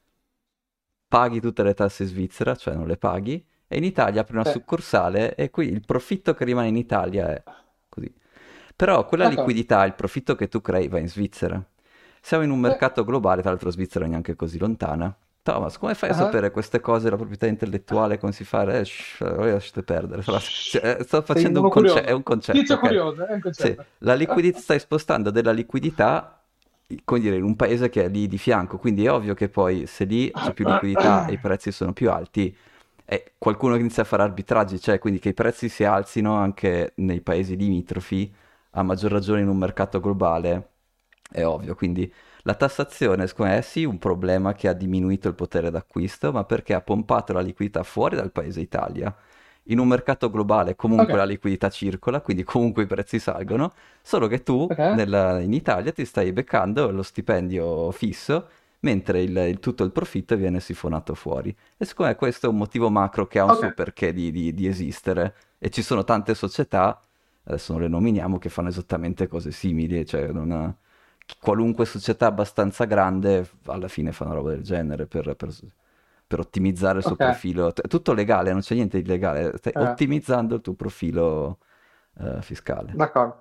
Speaker 1: paghi tutte le tasse in Svizzera, cioè non le paghi, e in Italia apri una
Speaker 2: sì,
Speaker 1: succursale e qui il profitto che rimane in Italia è così. Però quella
Speaker 2: d'accordo,
Speaker 1: liquidità, il profitto che tu crei va in Svizzera. Siamo in un
Speaker 2: sì,
Speaker 1: mercato globale, tra l'altro Svizzera è neanche così lontana. Thomas, come fai a
Speaker 2: ah.
Speaker 1: sapere queste cose, la proprietà intellettuale, come si fa? Eh, shh, eh, lasciate perdere. Però, sì, eh, sto
Speaker 2: Sei
Speaker 1: facendo un
Speaker 2: uno
Speaker 1: concetto, è
Speaker 2: curioso,
Speaker 1: un concetto,
Speaker 2: tizio
Speaker 1: ok?
Speaker 2: curioso, è un
Speaker 1: Sì,
Speaker 2: concetto.
Speaker 1: la liquidità, stai spostando della liquidità, come dire, in un paese che è lì di fianco, quindi è ovvio che poi se lì c'è più liquidità e i prezzi sono più alti, è qualcuno che inizia a fare arbitraggi, cioè quindi che i prezzi si alzino anche nei paesi limitrofi, a maggior ragione in un mercato globale, è ovvio, quindi la tassazione, secondo me, è sì un problema che ha diminuito il potere d'acquisto, ma perché ha pompato la liquidità fuori dal paese Italia. In un mercato globale
Speaker 2: Ok,
Speaker 1: comunque la liquidità circola, quindi comunque i prezzi salgono, solo che tu
Speaker 2: ok,
Speaker 1: nella- in Italia ti stai beccando lo stipendio fisso, mentre il, il- tutto il profitto viene sifonato fuori. E secondo me questo è un motivo macro che ha un
Speaker 2: ok,
Speaker 1: suo perché di, di- di esistere. E ci sono tante società, adesso non le nominiamo, che fanno esattamente cose simili, cioè non ha- qualunque società abbastanza grande alla fine fa una roba del genere per, per- per ottimizzare il suo
Speaker 2: ok,
Speaker 1: profilo. È tutto legale, non c'è niente di illegale, stai
Speaker 2: ok,
Speaker 1: ottimizzando il tuo profilo eh, fiscale.
Speaker 2: d'accordo.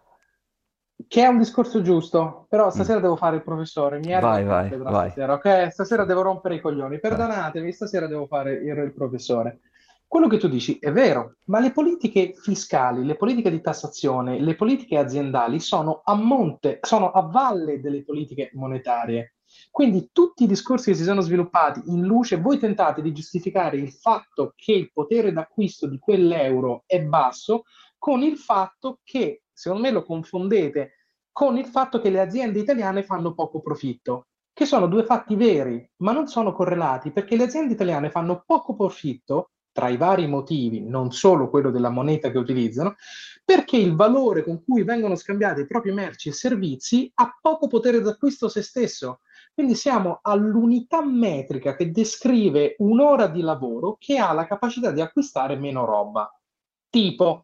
Speaker 2: Che è un discorso giusto, però
Speaker 1: Mm.
Speaker 2: stasera devo fare il professore, mi erano
Speaker 1: Vai,
Speaker 2: a
Speaker 1: vai,
Speaker 2: cattedra
Speaker 1: vai.
Speaker 2: stasera, ok?
Speaker 1: Sì,
Speaker 2: Stasera devo rompere i coglioni,
Speaker 1: vai.
Speaker 2: perdonatemi, stasera devo fare il, il professore. Quello che tu dici è vero, ma le politiche fiscali, le politiche di tassazione, le politiche aziendali sono a monte, sono a valle delle politiche monetarie. Quindi tutti i discorsi che si sono sviluppati in luce, voi tentate di giustificare il fatto che il potere d'acquisto di quell'euro è basso con il fatto che, secondo me lo confondete, con il fatto che le aziende italiane fanno poco profitto, che sono due fatti veri, ma non sono correlati, perché le aziende italiane fanno poco profitto, tra i vari motivi, non solo quello della moneta che utilizzano, perché il valore con cui vengono scambiate i propri merci e servizi ha poco potere d'acquisto se stesso. Quindi siamo all'unità metrica che descrive un'ora di lavoro che ha la capacità di acquistare meno roba. Tipo,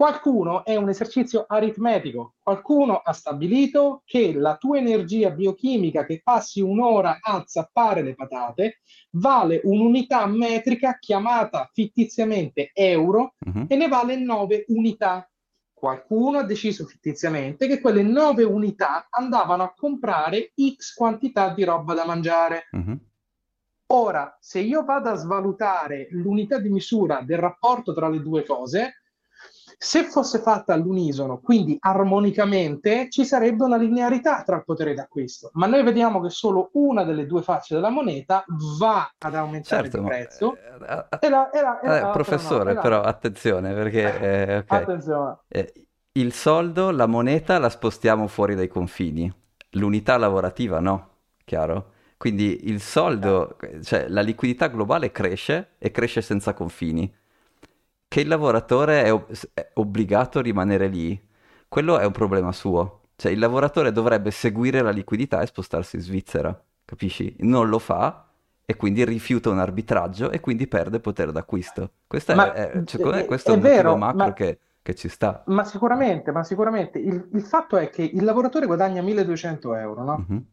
Speaker 2: Qualcuno è un esercizio aritmetico, qualcuno ha stabilito che la tua energia biochimica che passi un'ora a zappare le patate vale un'unità metrica chiamata fittiziamente euro
Speaker 1: Mhm,
Speaker 2: e ne vale nove unità. Qualcuno ha deciso fittiziamente che quelle nove unità andavano a comprare X quantità di roba da mangiare.
Speaker 1: mhm.
Speaker 2: Ora, se io vado a svalutare l'unità di misura del rapporto tra le due cose, se fosse fatta all'unisono, quindi armonicamente, ci sarebbe una linearità tra il potere d'acquisto. Ma noi vediamo che solo una delle due facce della moneta va ad aumentare di
Speaker 1: Certo, ma
Speaker 2: prezzo
Speaker 1: eh,
Speaker 2: e la- e la- e
Speaker 1: eh, eh,
Speaker 2: l'altra no. E
Speaker 1: professore, però
Speaker 2: l'altra-
Speaker 1: attenzione perché eh, ok,
Speaker 2: Attenzione.
Speaker 1: eh, il soldo, la moneta la spostiamo fuori dai confini, l'unità lavorativa no, chiaro? Quindi il
Speaker 2: Chiaro.
Speaker 1: soldo, cioè la liquidità globale cresce e cresce senza confini. Che il lavoratore è, ob- è obbligato a rimanere lì, quello è un problema suo. Cioè il lavoratore dovrebbe seguire la liquidità e spostarsi in Svizzera, capisci? Non lo fa e quindi rifiuta un arbitraggio e quindi perde potere d'acquisto. Questo è,
Speaker 2: Ma
Speaker 1: è- secondo me
Speaker 2: eh,
Speaker 1: questo è
Speaker 2: è
Speaker 1: un motivo
Speaker 2: vero,
Speaker 1: macro
Speaker 2: ma,
Speaker 1: che, che ci sta.
Speaker 2: ma sicuramente, ma sicuramente il, il fatto è che il lavoratore guadagna milleduecento euro, no?
Speaker 1: Mhm.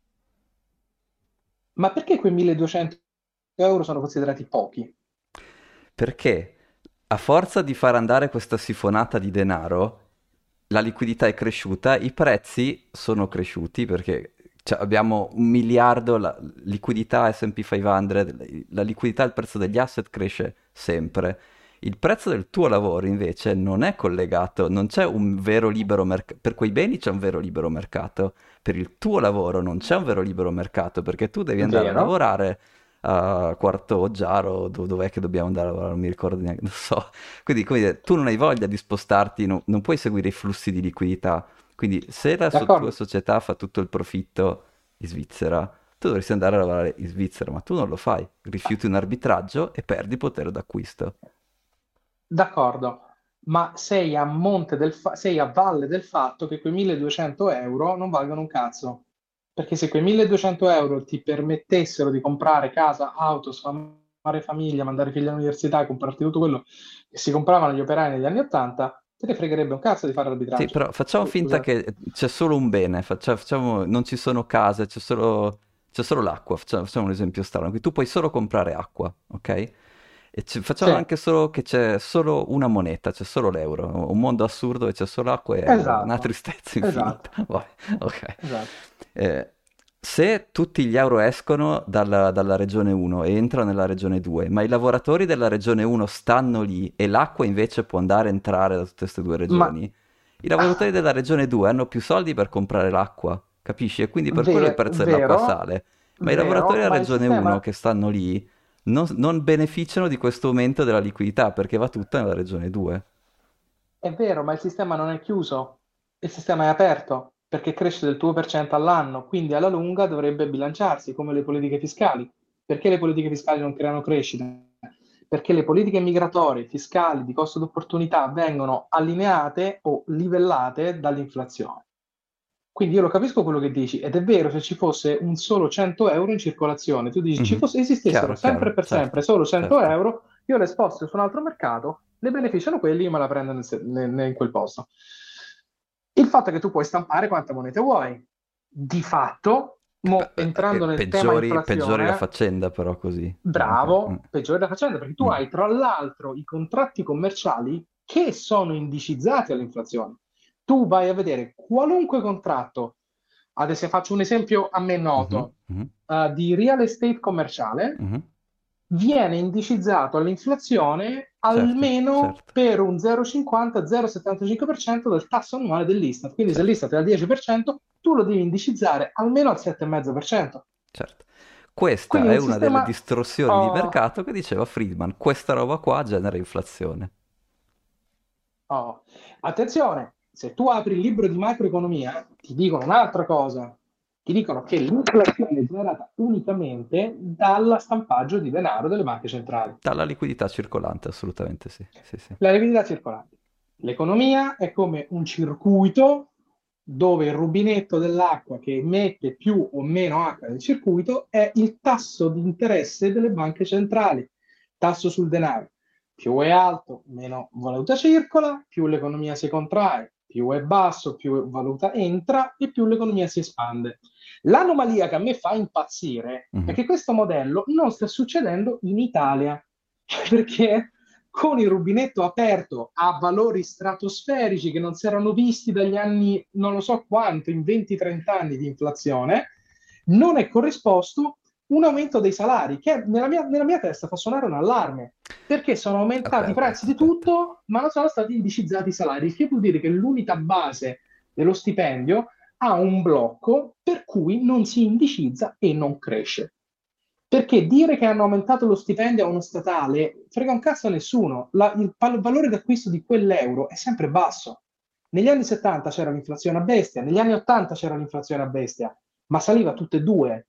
Speaker 2: Ma perché quei milleduecento euro sono considerati pochi?
Speaker 1: Perché a forza di far andare questa sifonata di denaro, la liquidità è cresciuta, i prezzi sono cresciuti perché cioè, abbiamo un miliardo, la liquidità S and P cinquecento, la liquidità, il prezzo degli asset cresce sempre. Il prezzo del tuo lavoro invece non è collegato, non c'è un vero libero mercato, per quei beni c'è un vero libero mercato, per il tuo lavoro non c'è un vero libero mercato perché tu devi andare a
Speaker 2: Vero?
Speaker 1: lavorare a Quarto Oggiaro, dov- dov'è che dobbiamo andare a lavorare, non mi ricordo neanche, non so. Quindi, come dire, tu non hai voglia di spostarti, no- non puoi seguire i flussi di liquidità. Quindi, se la so- tua
Speaker 2: D'accordo?
Speaker 1: società fa tutto il profitto in Svizzera, tu dovresti andare a lavorare in Svizzera, ma tu non lo fai. Rifiuti un arbitraggio e perdi potere d'acquisto.
Speaker 2: D'accordo. Ma sei a monte del fa- sei a valle del fatto che quei milleduecento euro non valgono un cazzo. Perché se quei milleduecento euro ti permettessero di comprare casa, auto, sfamare famiglia, mandare i figli all'università, comprarti tutto quello che si compravano gli operai negli anni Ottanta, te ne fregherebbe un cazzo di fare
Speaker 1: Sì,
Speaker 2: arbitraggio.
Speaker 1: però facciamo finta
Speaker 2: Scusa.
Speaker 1: che c'è solo un bene, faccia- facciamo, non ci sono case, c'è solo, c'è solo l'acqua, facciamo, facciamo un esempio strano, qui tu puoi solo comprare acqua, ok? E ci-
Speaker 2: Sì,
Speaker 1: facciamo anche solo che c'è solo una moneta, c'è solo l'euro, un mondo assurdo dove c'è solo acqua e euro, una
Speaker 2: esatto,
Speaker 1: tristezza infinita.
Speaker 2: esatto,
Speaker 1: Vabbè, ok.
Speaker 2: esatto.
Speaker 1: Eh, se tutti gli euro escono dalla, dalla regione uno e entrano nella regione due, ma i lavoratori della regione uno stanno lì e l'acqua invece può andare e entrare da tutte queste due
Speaker 2: Ma
Speaker 1: regioni, i lavoratori della regione due hanno più soldi per comprare l'acqua, capisci? E quindi per quello il
Speaker 2: ve-
Speaker 1: prezzo dell'acqua
Speaker 2: vero,
Speaker 1: sale. Ma i lavoratori
Speaker 2: vero,
Speaker 1: della
Speaker 2: ma il
Speaker 1: regione uno
Speaker 2: sistema
Speaker 1: che stanno lì non, non beneficiano di questo aumento della liquidità perché va tutta nella regione due.
Speaker 2: è vero, ma il sistema non è chiuso, il sistema è aperto perché cresce del due per cento all'anno, quindi alla lunga dovrebbe bilanciarsi come le politiche fiscali. Perché le politiche fiscali non creano crescita? Perché le politiche migratorie, fiscali, di costo d'opportunità vengono allineate o livellate dall'inflazione. Quindi io lo capisco quello che dici, ed è vero, se ci fosse un solo cento euro in circolazione, tu dici ci
Speaker 1: Mhm.
Speaker 2: fosse, esistessero
Speaker 1: Chiaro,
Speaker 2: sempre e
Speaker 1: chiaro,
Speaker 2: per sempre
Speaker 1: certo,
Speaker 2: solo cento
Speaker 1: certo.
Speaker 2: euro, io le sposto su un altro mercato, le beneficiano quelli, io me la prendo nel se- nel- nel- in quel posto. Il fatto è che tu puoi stampare quante monete vuoi. Di fatto,
Speaker 1: Eh, beh,
Speaker 2: mo,
Speaker 1: beh, eh,
Speaker 2: entrando nel tema
Speaker 1: peggiori, peggiori la
Speaker 2: inflazione,
Speaker 1: faccenda però così. Eh, ok. Mm,
Speaker 2: bravo, peggiore la faccenda, perché tu
Speaker 1: mm,
Speaker 2: hai tra l'altro i contratti commerciali che sono indicizzati all'inflazione. Tu vai a vedere qualunque contratto, adesso faccio un esempio a me
Speaker 1: mhm,
Speaker 2: noto,
Speaker 1: mhm,
Speaker 2: eh, di real estate commerciale,
Speaker 1: mhm.
Speaker 2: viene indicizzato all'inflazione
Speaker 1: Certo,
Speaker 2: almeno
Speaker 1: certo,
Speaker 2: per un zero virgola cinquanta zero virgola settantacinque per cento del tasso annuale dell'Istat. Quindi se
Speaker 1: certo.
Speaker 2: l'Istat è al dieci per cento, tu lo devi indicizzare almeno al sette virgola cinque per cento.
Speaker 1: Certo. Questa
Speaker 2: Quindi
Speaker 1: è
Speaker 2: un
Speaker 1: una delle
Speaker 2: sistema...
Speaker 1: distorsioni di
Speaker 2: Oh,
Speaker 1: mercato che diceva Friedman, questa roba qua genera inflazione.
Speaker 2: oh. Attenzione, se tu apri il libro di macroeconomia, ti dicono un'altra cosa. Ti dicono che l'inflazione è generata unicamente dalla stampaggio di denaro delle banche centrali.
Speaker 1: Dalla liquidità circolante, assolutamente sì. Sì, sì.
Speaker 2: La liquidità circolante. L'economia è come un circuito dove il rubinetto dell'acqua che emette più o meno acqua nel circuito è il tasso di interesse delle banche centrali, tasso sul denaro. più è alto, meno valuta circola, più l'economia si contrae, più è basso, più valuta entra e più l'economia si espande. L'anomalia che a me fa impazzire è
Speaker 1: Mhm.
Speaker 2: che questo modello non sta succedendo in Italia, perché con il rubinetto aperto a valori stratosferici che non si erano visti dagli anni, non lo so quanto, in venti trenta anni di inflazione, non è corrisposto un aumento dei salari, che nella mia, nella mia testa fa suonare un allarme, perché sono aumentati i prezzi
Speaker 1: Aspetta,
Speaker 2: di
Speaker 1: aspetta.
Speaker 2: tutto, ma non sono stati indicizzati i salari, il che vuol dire che l'unità base dello stipendio ha un blocco per cui non si indicizza e non cresce. Perché dire che hanno aumentato lo stipendio a uno statale frega un cazzo a nessuno. La- il, pal- valore d'acquisto di quell'euro è sempre basso. Negli anni settanta c'era l'inflazione a bestia, negli anni ottanta c'era l'inflazione a bestia, ma saliva tutte e due.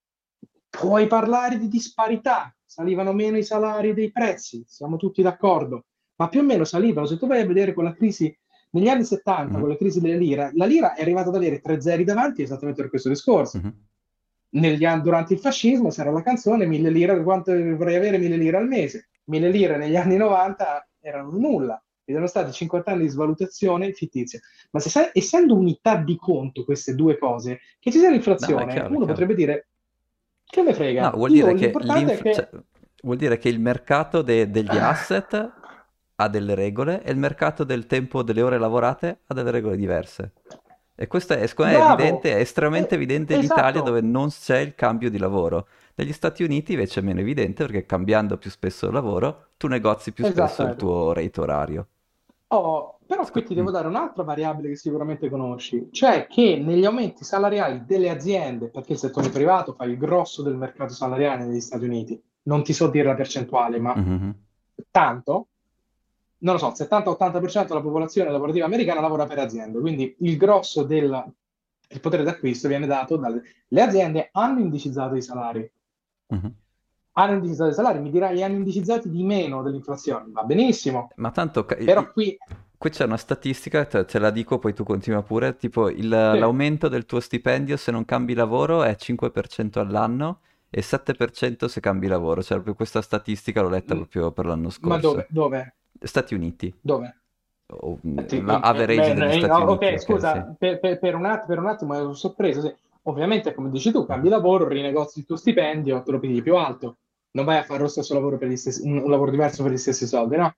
Speaker 2: Puoi parlare di disparità, salivano meno i salari dei prezzi, siamo tutti d'accordo, ma più o meno salivano. Se tu vai a vedere quella crisi negli anni settanta,
Speaker 1: Mhm,
Speaker 2: con la crisi delle lire, la lira è arrivata ad avere tre zeri davanti esattamente per questo discorso.
Speaker 1: mhm.
Speaker 2: Negli anni, durante il fascismo c'era la canzone mille lire, quanto vorrei avere mille lire al mese. Mille lire negli anni novanta erano nulla, ed erano stati cinquanta anni di svalutazione fittizia. Ma se sai, essendo unità di conto queste due cose, che ci sia
Speaker 1: No, è
Speaker 2: l'inflazione,
Speaker 1: chiaro, è
Speaker 2: uno
Speaker 1: chiaro.
Speaker 2: potrebbe dire che me
Speaker 1: No,
Speaker 2: frega.
Speaker 1: vuol
Speaker 2: Io
Speaker 1: dire che
Speaker 2: l'importante è
Speaker 1: l'inf- cioè,
Speaker 2: che
Speaker 1: vuol dire che il mercato de- degli asset ha delle regole e il mercato del tempo delle ore lavorate ha delle regole diverse. E questo è, secondo me, è evidente,
Speaker 2: bravo,
Speaker 1: è estremamente
Speaker 2: Eh,
Speaker 1: evidente in Italia dove
Speaker 2: esatto,
Speaker 1: non c'è il cambio di lavoro. Negli Stati Uniti invece è meno evidente perché cambiando più spesso il lavoro, tu negozi più spesso il
Speaker 2: esattamente.
Speaker 1: tuo rate orario.
Speaker 2: Oh, però qui
Speaker 1: Scu-
Speaker 2: ti
Speaker 1: mm,
Speaker 2: devo dare un'altra variabile che sicuramente conosci, cioè che negli aumenti salariali delle aziende, perché il settore privato fa il grosso del mercato salariale negli Stati Uniti, non ti so dire la percentuale, ma
Speaker 1: mhm,
Speaker 2: tanto, non lo so, il settanta-ottanta per cento della popolazione lavorativa americana lavora per aziende, quindi il grosso del il potere d'acquisto viene dato dalle le aziende hanno indicizzato i salari,
Speaker 1: mhm.
Speaker 2: hanno indicizzato i salari, mi dirai, li hanno indicizzati di meno dell'inflazione, va benissimo,
Speaker 1: Ma tanto ca- i-
Speaker 2: però
Speaker 1: i-
Speaker 2: qui
Speaker 1: qui c'è una statistica, te, te la dico, poi tu continua pure, tipo il-
Speaker 2: sì,
Speaker 1: l'aumento del tuo stipendio se non cambi lavoro è cinque per cento all'anno e sette per cento se cambi lavoro. C'è proprio questa statistica, l'ho letta
Speaker 2: mm,
Speaker 1: proprio per l'anno
Speaker 2: ma
Speaker 1: scorso.
Speaker 2: dove? Dove?
Speaker 1: Stati Uniti,
Speaker 2: Dove?
Speaker 1: o
Speaker 2: Eh, ti-
Speaker 1: mm, la
Speaker 2: in- eh,
Speaker 1: average degli
Speaker 2: beh, eh,
Speaker 1: Stati Uniti,
Speaker 2: ok,
Speaker 1: ok, sì.
Speaker 2: scusa, per, per- per un att- per un attimo ero sorpreso. Sì. Ovviamente, come dici tu, cambi lavoro, rinegozi il tuo stipendio, te lo pigli più alto. Non vai a fare lo stesso lavoro per gli stessi, un un lavoro diverso per gli stessi soldi, no?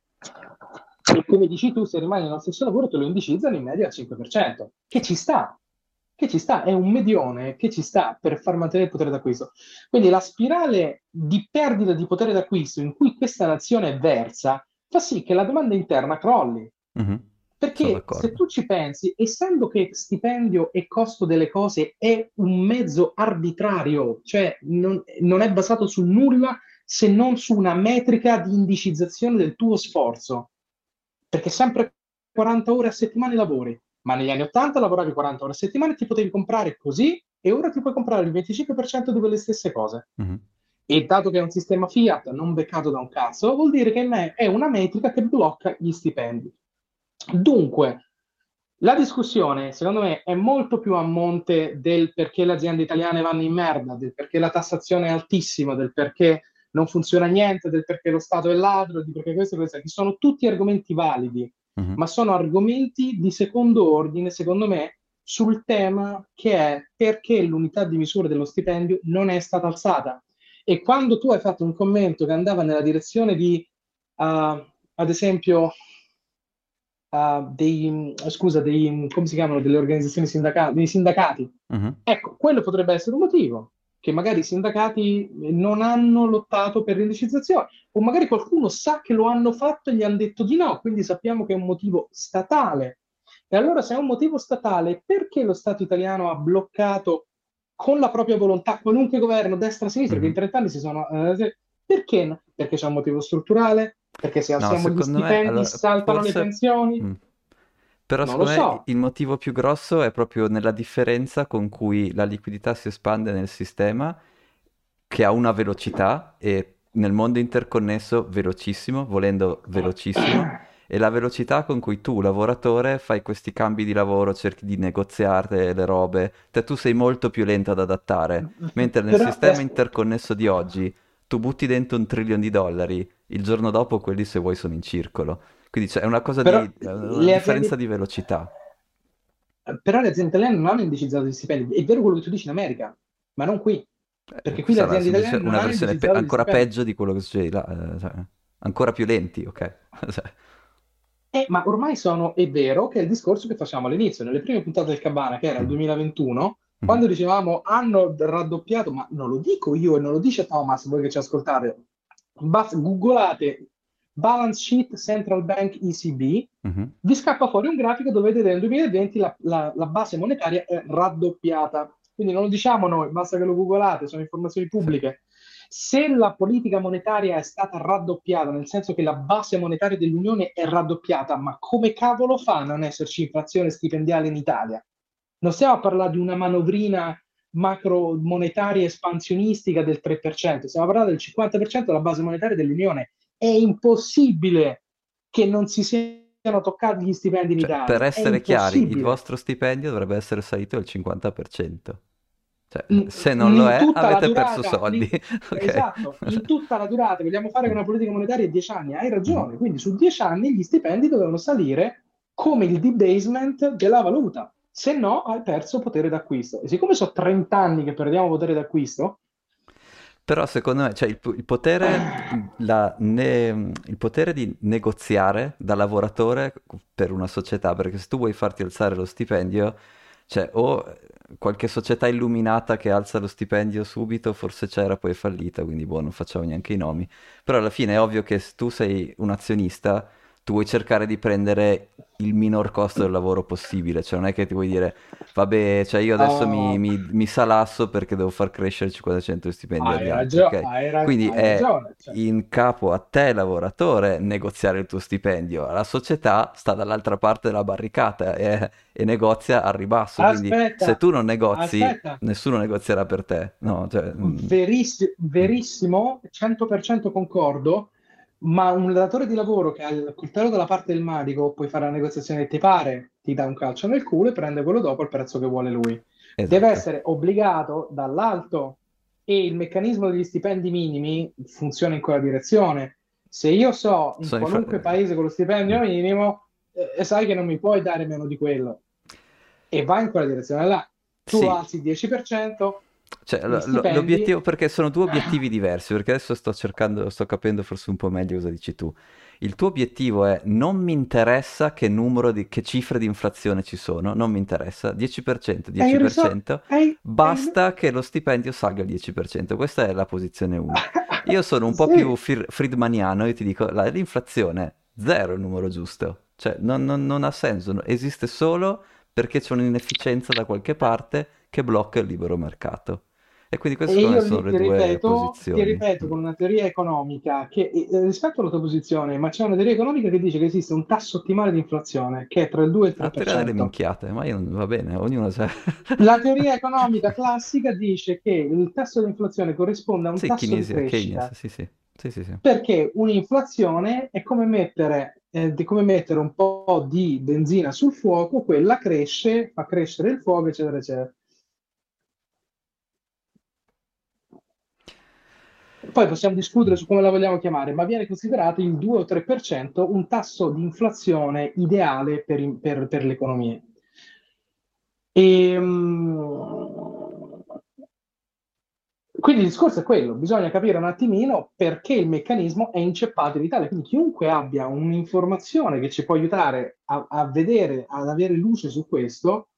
Speaker 2: E come dici tu, se rimani nello stesso lavoro, te lo indicizzano in media al cinque per cento, che ci sta, che ci sta, è un medione che ci sta per far mantenere il potere d'acquisto. Quindi la spirale di perdita di potere d'acquisto in cui questa nazione è versa fa sì che la domanda interna crolli.
Speaker 1: Mhm, sono
Speaker 2: Perché se
Speaker 1: d'accordo.
Speaker 2: tu ci pensi, essendo che stipendio e costo delle cose è un mezzo arbitrario, cioè non, non è basato su nulla se non su una metrica di indicizzazione del tuo sforzo, perché sempre quaranta ore a settimana lavori, ma negli anni ottanta lavoravi quaranta ore a settimana e ti potevi comprare così e ora ti puoi comprare il venticinque per cento di quelle stesse cose.
Speaker 1: Mhm.
Speaker 2: E dato che è un sistema Fiat non beccato da un cazzo, vuol dire che è una metrica che blocca gli stipendi. Dunque, la discussione, secondo me, è molto più a monte del perché le aziende italiane vanno in merda, del perché la tassazione è altissima, del perché non funziona niente, del perché lo Stato è ladro, di perché questo e questo, che sono tutti argomenti validi,
Speaker 1: Mhm.
Speaker 2: ma sono argomenti di secondo ordine, secondo me, sul tema che è perché l'unità di misura dello stipendio non è stata alzata. E quando tu hai fatto un commento che andava nella direzione di, uh, ad esempio, uh, dei, scusa, dei, come si chiamano, delle organizzazioni sindacali, dei sindacati,
Speaker 1: Mhm.
Speaker 2: ecco, quello potrebbe essere un motivo, che magari i sindacati non hanno lottato per l'indicizzazione, o magari qualcuno sa che lo hanno fatto e gli hanno detto di no, quindi sappiamo che è un motivo statale. E allora se è un motivo statale, perché lo Stato italiano ha bloccato con la propria volontà qualunque governo, destra-sinistra, che in
Speaker 1: Mhm.
Speaker 2: trenta anni si sono... Eh, perché? No? Perché c'è un motivo strutturale? Perché se
Speaker 1: No,
Speaker 2: alziamo gli
Speaker 1: secondo me,
Speaker 2: stipendi
Speaker 1: allora,
Speaker 2: saltano le
Speaker 1: forse...
Speaker 2: pensioni?
Speaker 1: mm. Però
Speaker 2: Non lo
Speaker 1: secondo me
Speaker 2: so.
Speaker 1: il motivo più grosso è proprio nella differenza con cui la liquidità si espande nel sistema, che ha una velocità e nel mondo interconnesso velocissimo, volendo velocissimo, e la velocità con cui tu, lavoratore, fai questi cambi di lavoro, cerchi di negoziare le robe, cioè tu sei molto più lento ad adattare, mentre nel
Speaker 2: Però,
Speaker 1: sistema interconnesso di oggi tu butti dentro un trilione di dollari il giorno dopo quelli se vuoi sono in circolo. Quindi c'è una cosa
Speaker 2: Però
Speaker 1: di, è una
Speaker 2: le
Speaker 1: differenza
Speaker 2: aziende,
Speaker 1: di velocità.
Speaker 2: però le aziende italiane non hanno indicizzato gli stipendi. È vero quello che tu dici in America, ma non qui.
Speaker 1: Eh,
Speaker 2: Perché qui le
Speaker 1: questa è una,
Speaker 2: aziende
Speaker 1: semplice-
Speaker 2: italiane non
Speaker 1: una
Speaker 2: hanno
Speaker 1: versione pe-
Speaker 2: indicizzato gli
Speaker 1: ancora
Speaker 2: stipendi.
Speaker 1: peggio di quello che succede là, eh, cioè, ancora più lenti, ok? Cioè,
Speaker 2: Eh, ma ormai sono, è vero che è il discorso che facciamo all'inizio, nelle prime puntate del Cabana, che era il
Speaker 1: mhm,
Speaker 2: duemilaventuno,
Speaker 1: mhm.
Speaker 2: quando dicevamo hanno raddoppiato, ma non lo dico io e non lo dice Thomas, voi che ci ascoltate, basta, googolate Balance Sheet Central Bank E C B,
Speaker 1: Mhm.
Speaker 2: vi scappa fuori un grafico dove vedete nel duemilaventi la, la- la base monetaria è raddoppiata. Quindi non lo diciamo noi, basta che lo googolate, sono informazioni
Speaker 1: Sì.
Speaker 2: pubbliche. Se la politica monetaria è stata raddoppiata, nel senso che la base monetaria dell'Unione è raddoppiata, ma come cavolo fa a non esserci inflazione stipendiale in Italia? Non stiamo a parlare di una manovrina macro monetaria espansionistica del tre per cento, stiamo a parlare del cinquanta per cento della base monetaria dell'Unione. È impossibile che non si siano toccati gli stipendi in
Speaker 1: Cioè, per
Speaker 2: Italia, è
Speaker 1: essere chiari, il
Speaker 2: impossibile.
Speaker 1: vostro stipendio dovrebbe essere salito del cinquanta per cento. Cioè,
Speaker 2: in,
Speaker 1: se non lo
Speaker 2: in
Speaker 1: è,
Speaker 2: tutta la
Speaker 1: avete perso
Speaker 2: durata,
Speaker 1: soldi, ok?
Speaker 2: esatto, in tutta la durata, vogliamo fare
Speaker 1: Mm,
Speaker 2: una politica monetaria di dieci anni, hai
Speaker 1: mhm.
Speaker 2: ragione, quindi su dieci anni gli stipendi dovevano salire come il debasement della valuta, se no hai perso potere d'acquisto. E siccome sono trenta anni che perdiamo potere d'acquisto,
Speaker 1: Però secondo me, cioè, il, il potere, la ne- il potere di negoziare da lavoratore per una società, perché se tu vuoi farti alzare lo stipendio, cioè o qualche società illuminata che alza lo stipendio subito, forse c'era, poi è fallita, quindi boh, non facciamo neanche i nomi. Però alla fine è ovvio che se tu sei un azionista, tu vuoi cercare di prendere il minor costo del lavoro possibile, cioè non è che ti vuoi dire vabbè, cioè io adesso mi,
Speaker 2: oh,
Speaker 1: mi, mi salasso perché devo far crescere cinquanta cento stipendi agli
Speaker 2: hai,
Speaker 1: altri,
Speaker 2: ragio-
Speaker 1: ok?
Speaker 2: hai, ra-
Speaker 1: Quindi
Speaker 2: hai
Speaker 1: è
Speaker 2: ragione. Cioè,
Speaker 1: in capo a te, lavoratore, negoziare il tuo stipendio. La società sta dall'altra parte della barricata e, e negozia al ribasso. Quindi se
Speaker 2: aspetta,
Speaker 1: tu non negozi,
Speaker 2: aspetta.
Speaker 1: nessuno negozierà per te. No, cioè, mm,
Speaker 2: Verissi-
Speaker 1: mm,
Speaker 2: verissimo, cento per cento concordo, ma un datore di lavoro che ha il coltello dalla parte del manico, puoi fare la negoziazione che ti pare, ti dà un calcio nel culo e prende quello dopo il prezzo che vuole lui. Deve
Speaker 1: esatto.
Speaker 2: essere obbligato dall'alto e il meccanismo degli stipendi minimi funziona in quella direzione. Se io so in
Speaker 1: Sono infa-
Speaker 2: qualunque paese con lo
Speaker 1: mm,
Speaker 2: stipendio minimo, eh, sai che non mi puoi dare meno di quello e va in quella direzione là. Tu lo
Speaker 1: sì,
Speaker 2: alzi il dieci per cento,
Speaker 1: cioè,
Speaker 2: gli
Speaker 1: lo- lo- l'obiettivo,
Speaker 2: stipendi.
Speaker 1: perché sono due obiettivi diversi, perché adesso sto cercando, sto capendo forse un po' meglio cosa dici tu. Il tuo obiettivo è non mi interessa che numero di, che cifre di inflazione ci sono, non mi interessa, dieci per cento,
Speaker 2: È il riso-
Speaker 1: dieci per cento,
Speaker 2: è il- è il-
Speaker 1: basta che lo stipendio salga al dieci per cento, questa è la posizione uno. Io sono un po' più
Speaker 2: Sì,
Speaker 1: fir- friedmaniano e ti dico, la- l'inflazione, zero è il numero giusto, cioè non, non- non ha senso, no- esiste solo perché c'è un'inefficienza da qualche parte che blocca il libero mercato. E quindi queste
Speaker 2: e
Speaker 1: secondo me
Speaker 2: io
Speaker 1: sono
Speaker 2: lì
Speaker 1: le
Speaker 2: ti
Speaker 1: due
Speaker 2: ripeto, ti
Speaker 1: posizioni.
Speaker 2: ripeto
Speaker 1: Mm.
Speaker 2: con una teoria economica che eh, rispetto alla tua posizione, ma c'è una teoria economica che dice che esiste un tasso ottimale di inflazione che è tra il due e il
Speaker 1: La teoria delle
Speaker 2: tre per cento.
Speaker 1: minchiate, ma io non va bene, ognuno sa.
Speaker 2: La teoria economica classica dice che il tasso di inflazione corrisponde a un
Speaker 1: Sì,
Speaker 2: tasso di
Speaker 1: Kinesia, Keynes,
Speaker 2: crescita,
Speaker 1: sì, sì, sì, sì, sì.
Speaker 2: perché un'inflazione è come mettere, eh, di- come mettere un po' di benzina sul fuoco, quella cresce, fa crescere il fuoco, eccetera, eccetera. Poi possiamo discutere
Speaker 1: Mm.
Speaker 2: su come la vogliamo chiamare, ma viene considerato il due o tre per cento un tasso di inflazione ideale per, in- per- per l'economia. E, mm, quindi il discorso è quello, bisogna capire un attimino perché il meccanismo è inceppato in Italia. Quindi chiunque abbia un'informazione che ci può aiutare a, a vedere, ad avere luce su questo,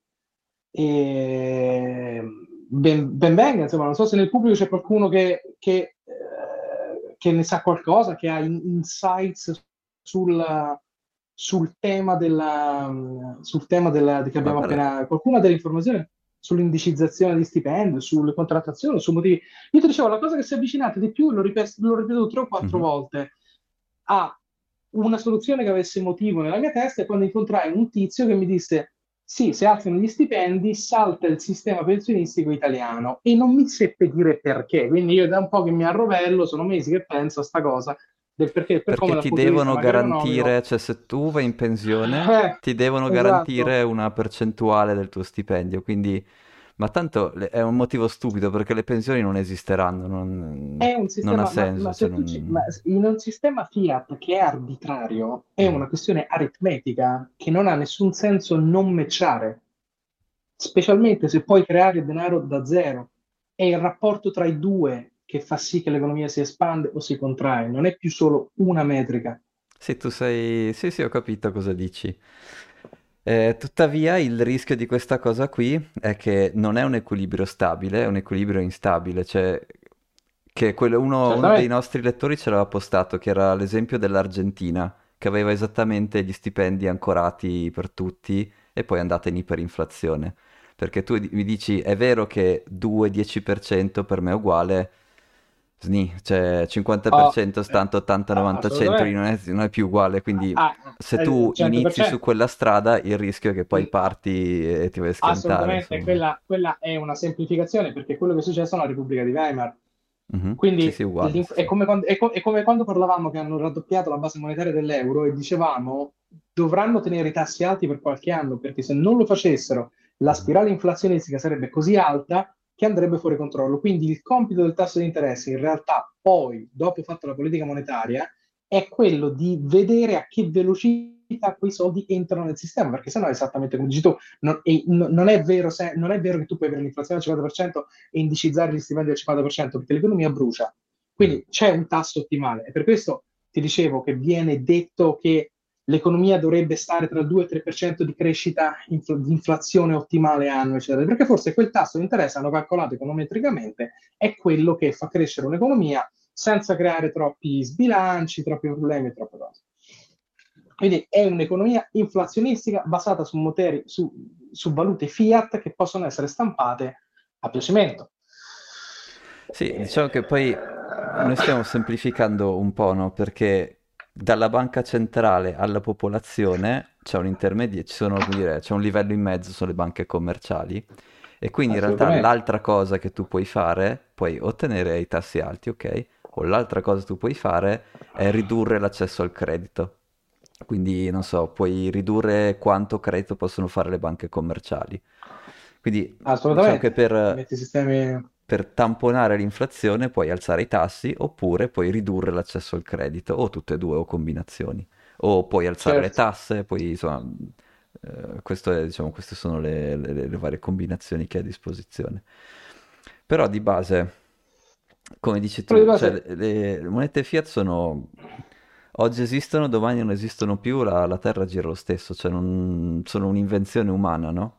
Speaker 2: e ben, ben venga, insomma, non so se nel pubblico c'è qualcuno che, che, eh, che ne sa qualcosa, che ha in- insights sul, sul tema della, sul tema della, di che
Speaker 1: Ma
Speaker 2: abbiamo
Speaker 1: guarda,
Speaker 2: appena, qualcuno ha delle informazioni sull'indicizzazione di stipendio, sulle contrattazioni, su motivi. Io ti dicevo, la cosa che si è avvicinata di più, l'ho ripet- l'ho ripetuto tre o quattro
Speaker 1: mhm.
Speaker 2: volte, a una soluzione che avesse motivo nella mia testa è quando incontrai un tizio che mi disse sì, se alzano gli stipendi salta il sistema pensionistico italiano e non mi seppe dire perché, quindi io da un po' che mi arrovello, sono mesi che penso a sta cosa del perché e per come
Speaker 1: Perché
Speaker 2: dal
Speaker 1: ti
Speaker 2: punto di vista
Speaker 1: devono
Speaker 2: macroeconomico.
Speaker 1: garantire, cioè se tu vai in pensione,
Speaker 2: Eh,
Speaker 1: ti devono
Speaker 2: esatto.
Speaker 1: garantire una percentuale del tuo stipendio, quindi Ma tanto le- è un motivo stupido perché le pensioni non esisteranno, non,
Speaker 2: È un
Speaker 1: non ha
Speaker 2: sistema, ma, ma
Speaker 1: senso. Cioè
Speaker 2: se tu ci,
Speaker 1: non...
Speaker 2: ma in un sistema Fiat che è arbitrario, è
Speaker 1: Mhm.
Speaker 2: una questione aritmetica che non ha nessun senso non matchare, specialmente se puoi creare denaro da zero. È il rapporto tra i due che fa sì che l'economia si espande o si contrae, non è più solo una metrica.
Speaker 1: Sì, tu sei... Sì, sì, ho capito cosa dici. Eh, tuttavia il rischio di questa cosa qui è che non è un equilibrio stabile, è un equilibrio instabile, cioè che quello- uno, uno dei
Speaker 2: Certamente.
Speaker 1: nostri lettori ce l'aveva postato, che era l'esempio dell'Argentina, che aveva esattamente gli stipendi ancorati per tutti e poi è andata in iperinflazione. Perché tu di- mi dici, è vero che due-dieci per cento per me è uguale, sni, cioè
Speaker 2: Oh,
Speaker 1: cinquanta per cento
Speaker 2: eh,
Speaker 1: stanta ottanta novanta cento lì
Speaker 2: assolutamente.
Speaker 1: non è, non è più uguale, quindi
Speaker 2: Ah,
Speaker 1: se
Speaker 2: eh,
Speaker 1: tu inizi su
Speaker 2: cento per cento.
Speaker 1: quella strada il rischio è che poi
Speaker 2: Mm,
Speaker 1: parti e ti vai a schiantare,
Speaker 2: Assolutamente,
Speaker 1: insomma.
Speaker 2: quella, quella è una semplificazione perché è quello che è successo nella Repubblica di Weimar.
Speaker 1: Mhm. Sì, sì,
Speaker 2: Quindi
Speaker 1: uguale, sì,
Speaker 2: l'inf- è
Speaker 1: sì.
Speaker 2: come quando, è co- è come quando parlavamo che hanno raddoppiato la base monetaria dell'euro e dicevamo dovranno tenere i tassi alti per qualche anno perché se non lo facessero la
Speaker 1: Mhm.
Speaker 2: spirale inflazionistica sarebbe così alta che andrebbe fuori controllo. Quindi il compito del tasso di interesse in realtà poi, dopo fatto la politica monetaria, è quello di vedere a che velocità quei soldi entrano nel sistema, perché sennò è esattamente come dici tu, non, e non- non è vero se- non è vero che tu puoi avere l'inflazione al cinquanta per cento e indicizzare gli stipendi al cinquanta per cento, perché l'economia brucia.
Speaker 1: Mhm.
Speaker 2: Quindi c'è un tasso ottimale e per questo ti dicevo che viene detto che l'economia dovrebbe stare tra il due e il tre per cento di crescita infl- di inflazione ottimale annuo, eccetera, perché forse quel tasso di interesse hanno calcolato econometricamente è quello che fa crescere un'economia senza creare troppi sbilanci, troppi problemi, troppe cose. Quindi è un'economia inflazionistica basata su, moteri, su, su valute fiat che possono essere stampate a piacimento.
Speaker 1: Sì,
Speaker 2: Eh,
Speaker 1: diciamo che poi noi stiamo semplificando un po', no? Perché dalla banca centrale alla popolazione c'è un intermedio, ci sono, come dire, c'è un livello in mezzo, sono le banche commerciali. E quindi in realtà
Speaker 2: assolutamente.
Speaker 1: l'altra cosa che tu puoi fare, puoi ottenere i tassi alti, ok? O l'altra cosa che tu puoi fare è ridurre l'accesso al credito. Quindi, non so, puoi ridurre quanto credito possono fare le banche commerciali. Quindi diciamo che
Speaker 2: Assolutamente.
Speaker 1: per,
Speaker 2: Metti sistemi.
Speaker 1: per tamponare l'inflazione puoi alzare i tassi oppure puoi ridurre l'accesso al credito, o tutte e due, o combinazioni. O puoi alzare le
Speaker 2: Certo.
Speaker 1: tasse, poi insomma, eh, questo è, diciamo, queste sono le, le- le varie combinazioni che hai a disposizione. Però di base, come dici
Speaker 2: Però di
Speaker 1: tu, cioè,
Speaker 2: base,
Speaker 1: le, le- le monete fiat sono... Oggi esistono, domani non esistono più, la, la Terra gira lo stesso, cioè non, sono un'invenzione umana, no?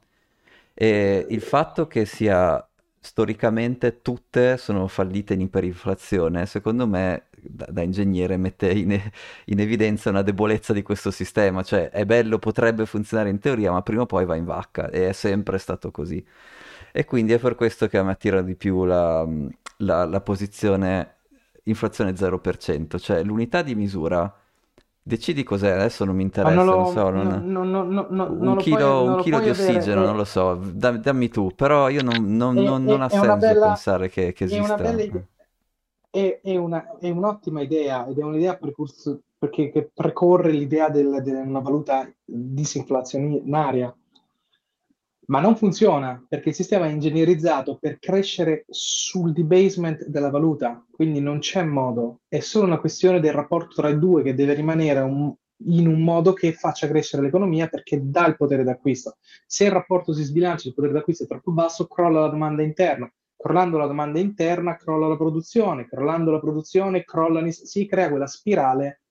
Speaker 1: E il fatto che sia storicamente tutte sono fallite in iperinflazione, secondo me, da, da ingegnere, mette in, e- in evidenza una debolezza di questo sistema, cioè è bello, potrebbe funzionare in teoria, ma prima o poi va in vacca e è sempre stato così. E quindi è per questo che a me attira di più la, la- la posizione inflazione zero per cento, cioè l'unità di misura. Decidi cos'è, adesso non mi
Speaker 2: ma non
Speaker 1: interessa, non
Speaker 2: lo,
Speaker 1: so,
Speaker 2: no-
Speaker 1: non...
Speaker 2: no- no- no- no- non
Speaker 1: Un
Speaker 2: lo puoi,
Speaker 1: chilo, un
Speaker 2: non lo
Speaker 1: chilo
Speaker 2: puoi
Speaker 1: di
Speaker 2: avere.
Speaker 1: ossigeno, non
Speaker 2: È,
Speaker 1: lo so, dam- dammi tu, però io non, non-
Speaker 2: è-
Speaker 1: non- non
Speaker 2: è-
Speaker 1: ha
Speaker 2: è una
Speaker 1: senso
Speaker 2: bella,
Speaker 1: pensare che, che
Speaker 2: è una bella
Speaker 1: esista.
Speaker 2: idea. È, è una- è un'ottima idea ed è un'idea precurso- perché, che precorre l'idea del- di una valuta disinflazionaria, ma non funziona perché il sistema è ingegnerizzato per crescere sul debasement della valuta, quindi non c'è modo, è solo una questione del rapporto tra i due che deve rimanere un- in un modo che faccia crescere l'economia perché dà il potere d'acquisto. Se il rapporto si sbilancia, il potere d'acquisto è troppo basso, crolla la domanda interna. Crollando la domanda interna, crolla la produzione, crollando la produzione, crolla, si crea quella spirale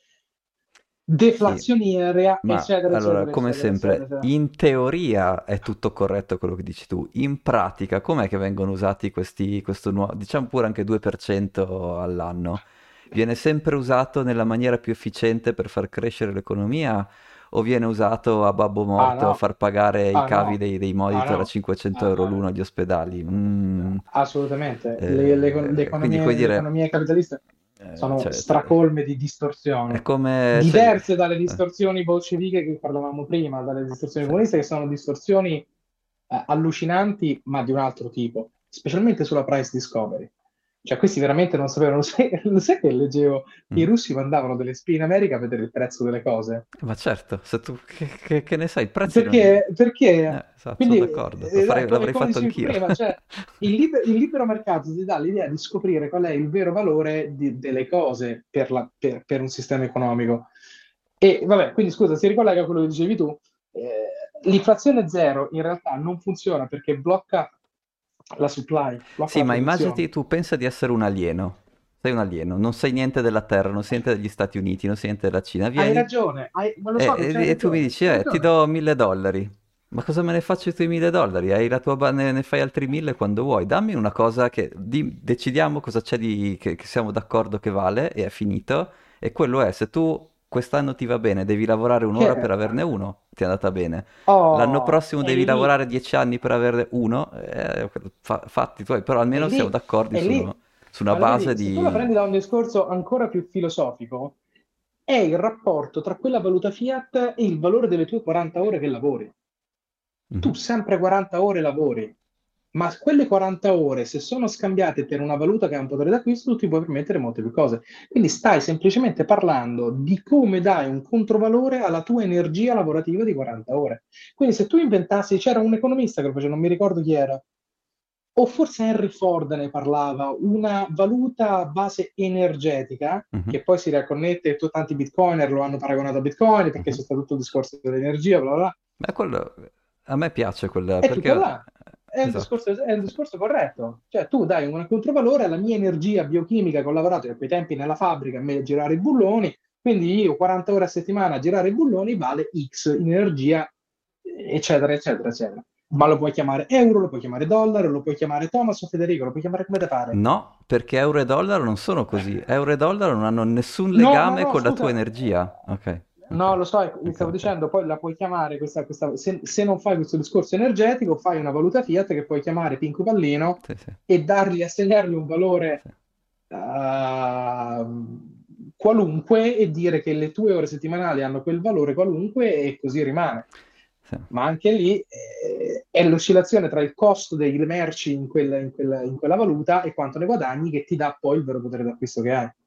Speaker 1: Sì,
Speaker 2: deflazioniera,
Speaker 1: ma
Speaker 2: eccetera,
Speaker 1: allora,
Speaker 2: eccetera,
Speaker 1: come
Speaker 2: eccetera, eccetera,
Speaker 1: sempre,
Speaker 2: eccetera.
Speaker 1: in teoria è tutto corretto quello che dici tu, in pratica com'è che vengono usati questi, questo nuovo, diciamo pure anche due per cento all'anno? Viene sempre usato nella maniera più efficiente per far crescere l'economia o viene usato a babbo
Speaker 2: Ah
Speaker 1: morto a
Speaker 2: no,
Speaker 1: far pagare i
Speaker 2: ah
Speaker 1: cavi
Speaker 2: no,
Speaker 1: dei, dei
Speaker 2: ah
Speaker 1: monitor a
Speaker 2: no,
Speaker 1: cinquecento
Speaker 2: ah,
Speaker 1: euro
Speaker 2: ah,
Speaker 1: l'uno agli ospedali? Mm,
Speaker 2: assolutamente. Le, le- le
Speaker 1: eh, quindi come
Speaker 2: economie, le
Speaker 1: dire,
Speaker 2: economie capitaliste
Speaker 1: eh,
Speaker 2: sono
Speaker 1: cioè, cioè,
Speaker 2: stracolme di
Speaker 1: è
Speaker 2: distorsioni,
Speaker 1: come... cioè,
Speaker 2: diverse dalle
Speaker 1: eh,
Speaker 2: distorsioni bolsceviche che parlavamo prima, dalle distorsioni
Speaker 1: sì.
Speaker 2: comuniste, che sono distorsioni eh, allucinanti, ma di un altro tipo, specialmente sulla price discovery. Cioè, questi veramente non sapevano. Lo sai, lo sai che leggevo che i
Speaker 1: Mm.
Speaker 2: russi mandavano delle spie in America a vedere il prezzo delle cose?
Speaker 1: Ma certo, se tu che, che- che ne sai, i prezzi non li...
Speaker 2: Perché, perché
Speaker 1: Eh, esatto, sono
Speaker 2: quindi,
Speaker 1: d'accordo, lo
Speaker 2: eh,
Speaker 1: farei-
Speaker 2: è come,
Speaker 1: l'avrei
Speaker 2: come
Speaker 1: fatto
Speaker 2: dicevi tu
Speaker 1: anch'io.
Speaker 2: prima, cioè il, liber- il libero mercato ti dà l'idea di scoprire qual è il vero valore di- delle cose per, la- per- per un sistema economico. E vabbè, quindi scusa, si ricollega a quello che dicevi tu. Eh, l'inflazione zero in realtà non funziona perché blocca la supply, blocca
Speaker 1: Sì,
Speaker 2: la
Speaker 1: ma
Speaker 2: produzione.
Speaker 1: immaginati, tu pensa di essere un alieno. Sei un alieno, non sai niente della Terra, non sai niente degli Stati Uniti, non sai niente della Cina.
Speaker 2: Hai
Speaker 1: Vieni
Speaker 2: ragione, hai- ma lo
Speaker 1: e,
Speaker 2: so che c'hai
Speaker 1: e- e tu mi
Speaker 2: ragione,
Speaker 1: dici,
Speaker 2: c'hai
Speaker 1: eh, ti
Speaker 2: ragione.
Speaker 1: do mille dollari. Ma cosa me ne faccio i tuoi mille dollari? Hai la tua ba- ne, ne fai altri mille quando vuoi. Dammi una cosa che di- decidiamo cosa c'è di, che, che siamo d'accordo che vale e è finito. E quello è, se tu quest'anno ti va bene, devi lavorare un'ora per
Speaker 2: Che,
Speaker 1: averne uno, ti è andata bene. L'anno
Speaker 2: oh,
Speaker 1: prossimo
Speaker 2: è
Speaker 1: devi
Speaker 2: lì.
Speaker 1: lavorare dieci anni per averne uno, eh, fa- fatti tuoi, però
Speaker 2: È
Speaker 1: almeno siamo
Speaker 2: lì,
Speaker 1: d'accordi
Speaker 2: è
Speaker 1: su,
Speaker 2: lì,
Speaker 1: uno- su una
Speaker 2: ma lo
Speaker 1: base
Speaker 2: vedi, se tu la
Speaker 1: di...
Speaker 2: prendi da un discorso ancora più filosofico, è il rapporto tra quella valuta fiat e il valore delle tue quaranta ore che lavori. Tu
Speaker 1: Mhm.
Speaker 2: sempre quaranta ore lavori, ma quelle quaranta ore, se sono scambiate per una valuta che ha un potere d'acquisto, tu ti puoi permettere molte più cose. Quindi stai semplicemente parlando di come dai un controvalore alla tua energia lavorativa di quaranta ore. Quindi se tu inventassi, c'era un economista che lo faceva, non mi ricordo chi era, o forse Henry Ford ne parlava, una valuta a base energetica,
Speaker 1: Mhm.
Speaker 2: che poi si riconnette, e tu, tanti bitcoiner lo hanno paragonato a bitcoin perché
Speaker 1: Mhm.
Speaker 2: c'è stato tutto il discorso dell'energia, bla bla bla.
Speaker 1: Beh, quello a me piace quella,
Speaker 2: È tutto
Speaker 1: perché...
Speaker 2: là. È un
Speaker 1: Esatto.
Speaker 2: discorso, è un discorso corretto. Cioè, tu dai un controvalore alla mia energia biochimica che ho lavorato a quei tempi nella fabbrica a me a girare i bulloni, quindi io quaranta ore a settimana a girare i bulloni vale X in energia, eccetera, eccetera, eccetera. Ma lo puoi chiamare euro, lo puoi chiamare dollaro, lo puoi chiamare Thomas o Federico, lo puoi chiamare come te pare.
Speaker 1: No, perché euro e dollaro non sono così. Euro e dollaro non hanno nessun
Speaker 2: No, no,
Speaker 1: legame
Speaker 2: no,
Speaker 1: con la tua
Speaker 2: scusa.
Speaker 1: energia. Ok,
Speaker 2: No,
Speaker 1: ok,
Speaker 2: lo so, mi
Speaker 1: ok,
Speaker 2: stavo
Speaker 1: ok.
Speaker 2: dicendo, poi la puoi chiamare questa, questa- se, se non fai questo discorso energetico, fai una valuta fiat che puoi chiamare Pinco Pallino
Speaker 1: Sì, sì,
Speaker 2: e dargli, assegnargli un valore
Speaker 1: sì,
Speaker 2: eh, qualunque e dire che le tue ore settimanali hanno quel valore qualunque e così rimane.
Speaker 1: sì.
Speaker 2: Ma anche lì eh, è l'oscillazione tra il costo delle merci in quella, in quella- in quella valuta e quanto ne guadagni che ti dà poi il vero potere d'acquisto che hai.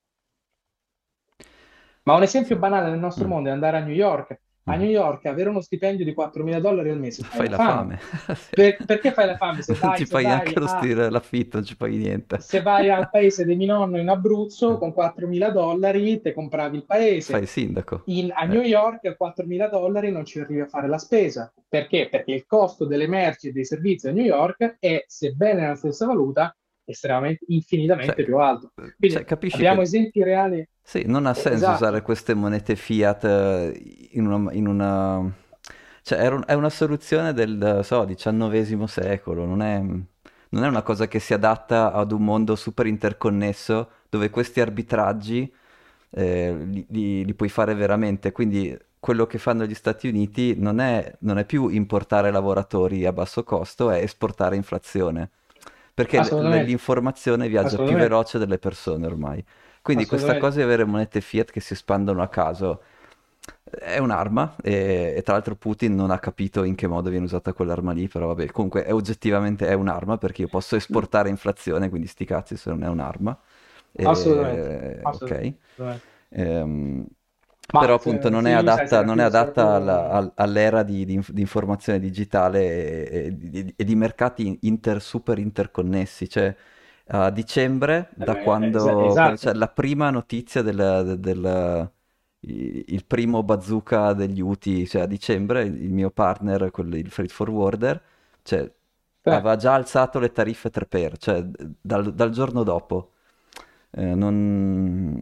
Speaker 2: Ma un
Speaker 1: Sì.
Speaker 2: esempio banale nel nostro
Speaker 1: Mm,
Speaker 2: mondo è andare a New York. A
Speaker 1: mhm.
Speaker 2: New York avere uno stipendio di quattromila dollari al mese fai
Speaker 1: Fai
Speaker 2: la
Speaker 1: la
Speaker 2: fame.
Speaker 1: fame. Sì.
Speaker 2: Per- perché fai la fame? Se
Speaker 1: Non
Speaker 2: vai,
Speaker 1: ti
Speaker 2: se
Speaker 1: paghi
Speaker 2: vai
Speaker 1: neanche lo
Speaker 2: a-
Speaker 1: stile, l'affitto, non ci paghi niente.
Speaker 2: se vai al paese di mio nonno in
Speaker 1: Eh,
Speaker 2: Abruzzo con quattromila dollari te compravi il
Speaker 1: Fai il
Speaker 2: paese.
Speaker 1: sindaco.
Speaker 2: In- a
Speaker 1: Eh,
Speaker 2: New York a quattromila dollari non ci arrivi a fare la spesa. Perché? Perché il costo delle merci e dei servizi a New York è, sebbene nella stessa valuta, estremamente,
Speaker 1: cioè,
Speaker 2: infinitamente più alto.
Speaker 1: cioè,
Speaker 2: Quindi
Speaker 1: capisci
Speaker 2: abbiamo
Speaker 1: che
Speaker 2: esempi reali.
Speaker 1: sì, non ha
Speaker 2: eh,
Speaker 1: senso usare
Speaker 2: Esatto.
Speaker 1: queste monete fiat eh, in una... in una- Cioè, era un- è una soluzione del, so, diciannovesimo secolo, non è, non è una cosa che si adatta ad un mondo super interconnesso dove questi arbitraggi eh, li, li- li puoi fare veramente. Quindi quello che fanno gli Stati Uniti non è, non è più importare lavoratori a basso costo, è esportare inflazione. Perché l- l-
Speaker 2: Assolutamente,
Speaker 1: l'informazione viaggia più
Speaker 2: assolutamente,
Speaker 1: veloce delle persone ormai. Quindi questa
Speaker 2: assolutamente.
Speaker 1: cosa di avere monete fiat che si espandono a caso è un'arma e, e tra l'altro Putin non ha capito in che modo viene usata quell'arma lì, però vabbè, comunque è oggettivamente è un'arma perché io posso esportare inflazione, quindi sti cazzi se non è un'arma.
Speaker 2: Assolutamente,
Speaker 1: E- ok.
Speaker 2: assolutamente.
Speaker 1: Ehm,
Speaker 2: Ma
Speaker 1: Però appunto
Speaker 2: se-
Speaker 1: non è
Speaker 2: sì, lui sai,
Speaker 1: adatta,
Speaker 2: sarà
Speaker 1: non è
Speaker 2: più, sarà
Speaker 1: adatta
Speaker 2: più...
Speaker 1: alla- al- all'era di, di inf- di informazione digitale e, e di, e di mercati inter, super interconnessi. Cioè, a dicembre, da
Speaker 2: eh, es-
Speaker 1: quando, quando c'è
Speaker 2: esatto.
Speaker 1: la prima notizia del, del- i- il primo bazooka degli Houthi, cioè a dicembre il il mio partner, quel- il freight forwarder, cioè,
Speaker 2: Sì,
Speaker 1: aveva già alzato le tariffe tre per, cioè dal, dal giorno dopo. Eh, non...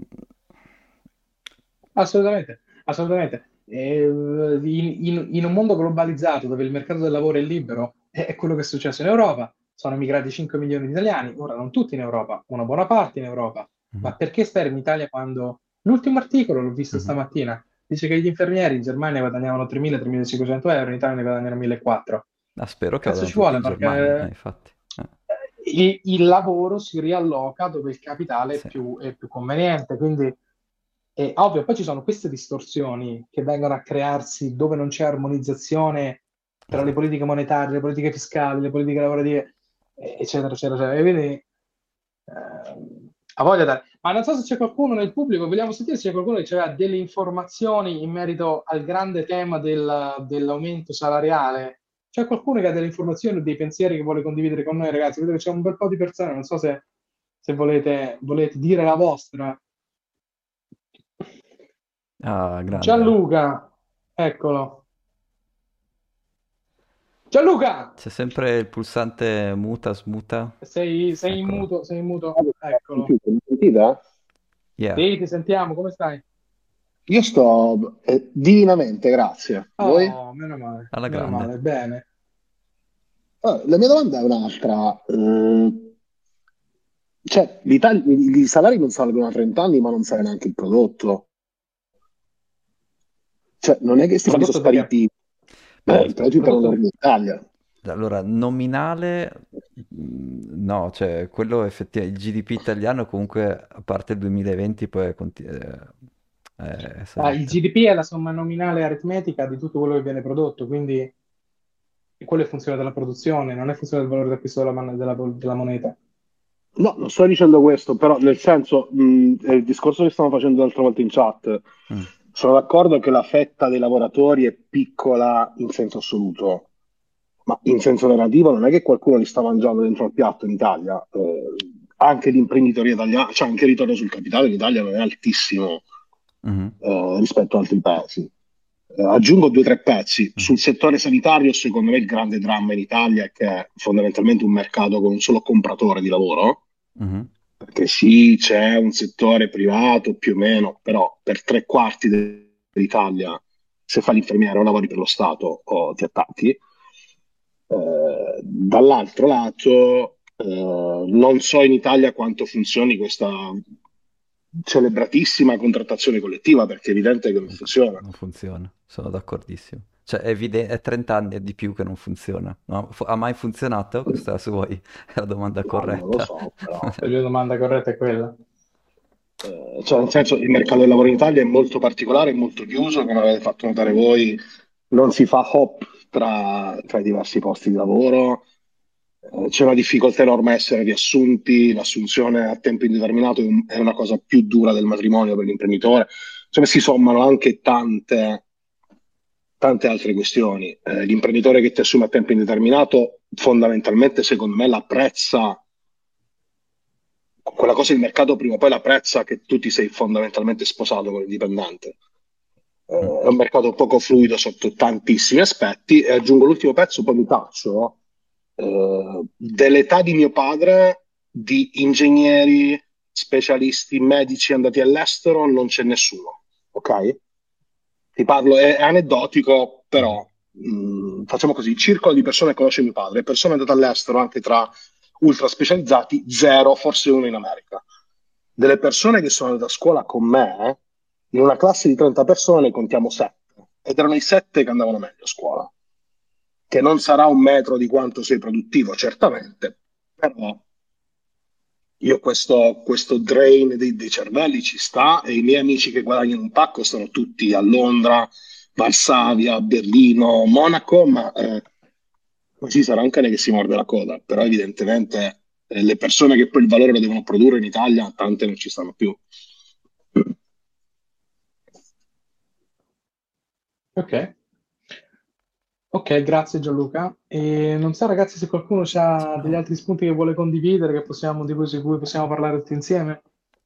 Speaker 2: assolutamente, assolutamente. E, eh, in, in- in un mondo globalizzato dove il mercato del lavoro è libero, è, è quello che è successo in Europa. Sono emigrati cinque milioni di italiani, ora non tutti in Europa, una buona parte in Europa.
Speaker 1: Mhm,
Speaker 2: Ma perché stare in Italia quando... L'ultimo articolo l'ho visto
Speaker 1: mhm.
Speaker 2: stamattina, dice che gli infermieri in Germania guadagnavano tremila-tremilacinquecento euro, in Italia ne guadagnano millequattrocento.
Speaker 1: Ah, spero che
Speaker 2: Cazzo
Speaker 1: vadano
Speaker 2: ci
Speaker 1: tutti
Speaker 2: vuole
Speaker 1: in Germania, eh,
Speaker 2: perché
Speaker 1: infatti. Eh,
Speaker 2: il, il lavoro si rialloca dove il capitale è
Speaker 1: sì.
Speaker 2: più, è più conveniente. Quindi è ovvio, poi ci sono queste distorsioni che vengono a crearsi dove non c'è armonizzazione tra le
Speaker 1: Esatto.
Speaker 2: politiche monetarie, le politiche fiscali, le politiche lavorative, eh, eccetera, eccetera, eccetera. E quindi, eh, ha voglia dare. Ma non so se c'è qualcuno nel pubblico, vogliamo sentire se c'è qualcuno che aveva delle informazioni in merito al grande tema del- dell'aumento salariale. C'è qualcuno che ha delle informazioni o dei pensieri che vuole condividere con noi, ragazzi? Vedo che c'è un bel po' di persone, non so se, se volete, volete dire la vostra.
Speaker 1: Ah, grande.
Speaker 2: Gianluca, eccolo. Gianluca,
Speaker 1: C'è sempre il pulsante muta, smuta.
Speaker 2: sei, sei in
Speaker 1: Eccolo.
Speaker 2: muto, sei in muto, eccolo.
Speaker 3: Sentite, mi sentite?
Speaker 1: Yeah,
Speaker 2: Sì, ti sentiamo, come stai?
Speaker 3: Io sto eh, divinamente, grazie. Voi?
Speaker 2: Oh, meno male,
Speaker 1: alla
Speaker 2: meno
Speaker 1: grande.
Speaker 2: male, bene.
Speaker 3: Allora, la mia domanda è un'altra. Eh, cioè, l'Italia- i i salari non salgono a trenta anni, ma non sale neanche il prodotto. Cioè, non è che questi soldi sono
Speaker 2: Prodotto di che?
Speaker 3: spariti,
Speaker 1: Beh,
Speaker 3: eh, il
Speaker 1: aspetta.
Speaker 3: prodotto interno
Speaker 2: Prodotto di...
Speaker 3: lordo d'Italia.
Speaker 1: Allora, nominale, mm, no, cioè quello effettivamente, il G D P italiano comunque, a parte il duemilaventi, poi è, conti- eh, è
Speaker 2: Ah, il
Speaker 1: salito.
Speaker 2: G D P è la somma nominale aritmetica di tutto quello che viene prodotto, quindi quello è funzione della produzione, non è funzione del valore d'acquisto della, man- della- della moneta.
Speaker 3: No, non sto dicendo questo, però nel senso, mh, è il discorso che stiamo facendo l'altra volta in chat,
Speaker 1: Mm,
Speaker 3: sono d'accordo che la fetta dei lavoratori è piccola in senso assoluto, ma in senso relativo non è che qualcuno li sta mangiando dentro al piatto in Italia. Eh, anche l'imprenditoria italiana, cioè anche il ritorno sul capitale in Italia non è altissimo
Speaker 1: mhm,
Speaker 3: eh, rispetto ad altri paesi. Eh, aggiungo due o tre pezzi.
Speaker 1: mhm,
Speaker 3: Sul settore sanitario, secondo me il grande dramma in Italia è che è fondamentalmente un mercato con un solo compratore di lavoro,
Speaker 1: mhm,
Speaker 3: perché sì, c'è un settore privato più o meno, però per tre quarti de- dell'Italia, se fai l'infermiere o lavori per lo Stato o ti attacchi. Eh, dall'altro lato, eh, non so in Italia quanto funzioni questa celebratissima contrattazione collettiva, perché è evidente che non
Speaker 1: ecco,
Speaker 3: funziona.
Speaker 1: non funziona, sono d'accordissimo. Cioè, è evidente, è trenta anni e di più che non funziona, no? Fu- ha mai funzionato? Questa, se vuoi, è la domanda
Speaker 3: No, non lo
Speaker 1: corretta.
Speaker 3: so, però.
Speaker 2: La tua domanda corretta è quella.
Speaker 3: Eh, cioè, nel senso, il mercato del lavoro in Italia è molto particolare, è molto chiuso, come avete fatto notare voi, non si fa hop tra, tra i diversi posti di lavoro. Eh, c'è una difficoltà enorme a essere riassunti, l'assunzione a tempo indeterminato è, un- è una cosa più dura del matrimonio per l'imprenditore. Insomma, si sommano anche tante, tante altre questioni. Eh, l'imprenditore che ti assume a tempo indeterminato, fondamentalmente, secondo me, l'apprezza quella cosa il mercato prima o poi l'apprezza che tu ti sei fondamentalmente sposato con il dipendente.
Speaker 1: Mm,
Speaker 3: Eh, è un mercato poco fluido sotto tantissimi aspetti e aggiungo l'ultimo pezzo, poi mi taccio. Eh, dell'età di mio padre, di ingegneri, specialisti, medici andati all'estero, non c'è nessuno, ok? Ti parlo, è, è aneddotico,
Speaker 1: mhm,
Speaker 3: però mh, facciamo così, il circolo di persone che conosce mio padre, persone andate all'estero anche tra ultra specializzati, zero, forse uno in America. Delle persone che sono andate a scuola con me, in una classe di trenta persone ne contiamo sette, ed erano i sette che andavano meglio a scuola, che non sarà un metro di quanto sei produttivo, certamente, però io questo, questo drain dei, dei cervelli ci sta e i miei amici che guadagnano un pacco sono tutti a Londra, Varsavia, Berlino, Monaco, ma eh, così sarà un cane che si morde la coda, però evidentemente eh, le persone che poi il valore lo devono produrre in Italia, tante non ci stanno più.
Speaker 2: Ok. Ok, grazie Gianluca. E non so ragazzi se qualcuno ha degli
Speaker 1: ciao.
Speaker 2: altri spunti che vuole condividere, che possiamo, di cui, su cui possiamo parlare tutti insieme.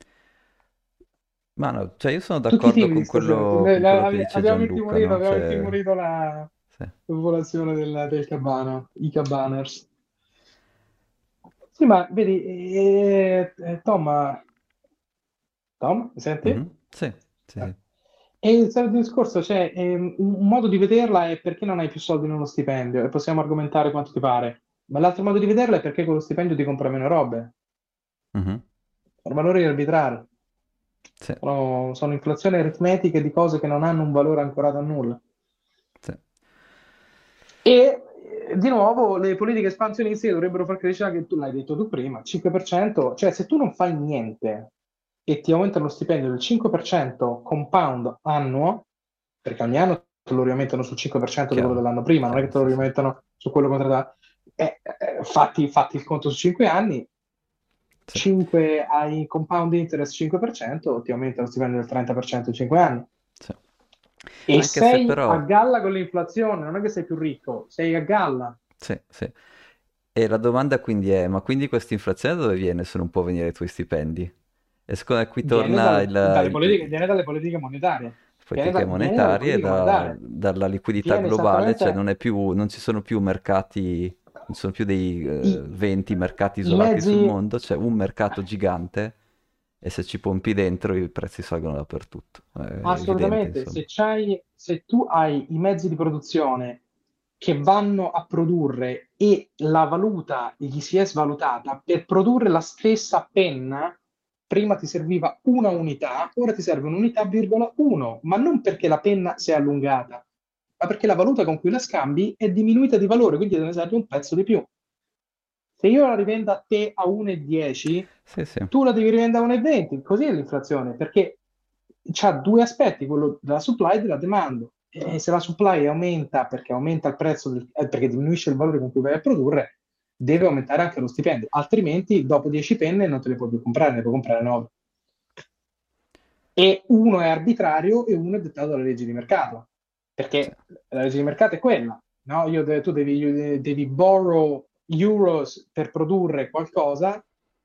Speaker 1: Ma no, cioè io sono
Speaker 2: Tutti
Speaker 1: d'accordo
Speaker 2: timidi
Speaker 1: con
Speaker 2: stasera.
Speaker 1: quello, con quello che
Speaker 2: Abbi-
Speaker 1: dice
Speaker 2: Abbiamo
Speaker 1: Gianluca,
Speaker 2: intimorito,
Speaker 1: no?
Speaker 2: abbiamo
Speaker 1: Cioè,
Speaker 2: intimorito la, la
Speaker 1: sì.
Speaker 2: popolazione del, del cabano, i cabaners. Sì, ma vedi, eh, eh, Tom, Tom, mi senti?
Speaker 1: Mhm, sì, sì,
Speaker 2: Eh.
Speaker 1: sì.
Speaker 2: E il solito discorso, cioè, ehm, un un modo di vederla è perché non hai più soldi in uno stipendio e possiamo argomentare quanto ti pare, ma l'altro modo di vederla è perché con lo stipendio ti compra meno robe.
Speaker 1: Mhm,
Speaker 2: Sono valori arbitrari,
Speaker 1: sì,
Speaker 2: sono, sono inflazioni aritmetiche di cose che non hanno un valore ancorato a nulla.
Speaker 1: sì.
Speaker 2: E eh, di nuovo le politiche espansionistiche dovrebbero far crescere, anche tu l'hai detto tu prima, cinque per cento, cioè se tu non fai niente e ti aumentano lo stipendio del cinque per cento compound annuo, perché ogni anno te lo riaumentano sul cinque per cento di quello
Speaker 1: Chiaro,
Speaker 2: dell'anno prima, non è che
Speaker 1: chiaro,
Speaker 2: te lo
Speaker 1: sì, sì.
Speaker 2: riaumentano su quello contrattuale, eh, eh, fatti, fatti il conto su cinque anni,
Speaker 1: Sì,
Speaker 2: cinque, hai compound interest cinque per cento, ti aumenta lo stipendio del trenta per cento in cinque anni.
Speaker 1: sì.
Speaker 2: E
Speaker 1: Anche se
Speaker 2: sei a
Speaker 1: però,
Speaker 2: galla con l'inflazione, non è che sei più ricco, sei a galla.
Speaker 1: sì, sì. E la domanda quindi è, ma quindi questa inflazione da dove viene se non può venire dai tuoi stipendi? E secondo me qui
Speaker 2: Viene
Speaker 1: torna
Speaker 2: dalle,
Speaker 1: il,
Speaker 2: dalle
Speaker 1: il-
Speaker 2: politiche, viene dalle politiche monetarie. Viene,
Speaker 1: politiche
Speaker 2: da- viene dalle
Speaker 1: monetarie,
Speaker 2: politiche
Speaker 1: da-
Speaker 2: monetarie.
Speaker 1: dalla liquidità
Speaker 2: Viene
Speaker 1: globale, cioè
Speaker 2: esattamente
Speaker 1: non è più, non ci sono più mercati, non ci sono più dei
Speaker 2: i,
Speaker 1: eh, venti mercati
Speaker 2: i
Speaker 1: isolati sul
Speaker 2: mezzi.
Speaker 1: mondo, c'è un mercato gigante e se ci pompi dentro i prezzi salgono dappertutto. È evidente,
Speaker 2: Assolutamente,
Speaker 1: insomma.
Speaker 2: se c'hai, se tu hai i mezzi di produzione che vanno a produrre e la valuta gli si è svalutata, per produrre la stessa penna, prima ti serviva una unità, ora ti serve un'unità, virgola uno, ma non perché la penna si è allungata, ma perché la valuta con cui la scambi è diminuita di valore, quindi te ne serve un pezzo di più. Se io la rivendo a te a uno virgola dieci,
Speaker 1: Sì, sì.
Speaker 2: tu la devi rivendere a uno virgola venti, così è l'inflazione, perché c'ha due aspetti, quello della supply e della demand. E se la supply aumenta perché aumenta il prezzo, del- eh, perché diminuisce il valore con cui vai a produrre, deve aumentare anche lo stipendio, altrimenti dopo dieci penne non te le puoi più comprare, ne puoi comprare nove. E uno è arbitrario e uno è dettato dalle leggi di mercato,
Speaker 1: Sì.
Speaker 2: perché la legge di mercato è quella, no? Io de- tu devi, devi borrow euros per produrre qualcosa,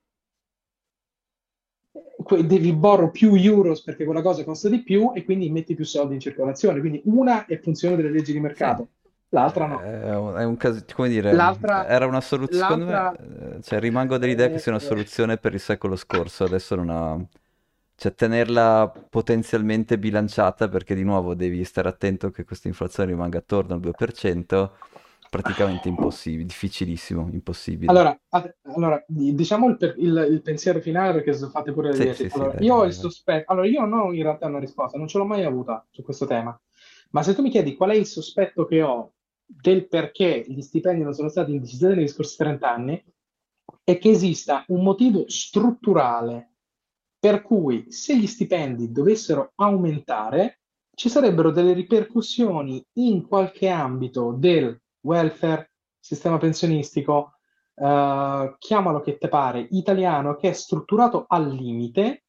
Speaker 2: que- devi borrow più euros perché quella cosa costa di più e quindi metti più soldi in circolazione. Quindi una è funzione delle leggi di
Speaker 1: Sì,
Speaker 2: mercato, l'altra no.
Speaker 1: è un, è un caso, come dire,
Speaker 2: L'altra,
Speaker 1: era una soluzione, secondo me,
Speaker 2: l'altra
Speaker 1: eh, cioè rimango dell'idea che
Speaker 2: eh,
Speaker 1: sia una soluzione per il secolo scorso, adesso non ha, cioè tenerla potenzialmente bilanciata perché di nuovo devi stare attento che questa inflazione rimanga attorno al due per cento, praticamente impossibile, difficilissimo, impossibile.
Speaker 2: Allora, a- allora, di- diciamo il, per- il- il pensiero finale perché se fate pure le
Speaker 1: Sì,
Speaker 2: dieci.
Speaker 1: sì, sì,
Speaker 2: Allora,
Speaker 1: dai,
Speaker 2: io ho
Speaker 1: vai,
Speaker 2: il
Speaker 1: vai.
Speaker 2: sospetto, allora io non ho in realtà una risposta, non ce l'ho mai avuta su questo tema, ma se tu mi chiedi qual è il sospetto che ho del perché gli stipendi non sono stati indicizzati negli scorsi trenta anni, è che esista un motivo strutturale per cui se gli stipendi dovessero aumentare, ci sarebbero delle ripercussioni in qualche ambito del welfare, sistema pensionistico, eh, chiamalo che te pare, italiano, che è strutturato al limite.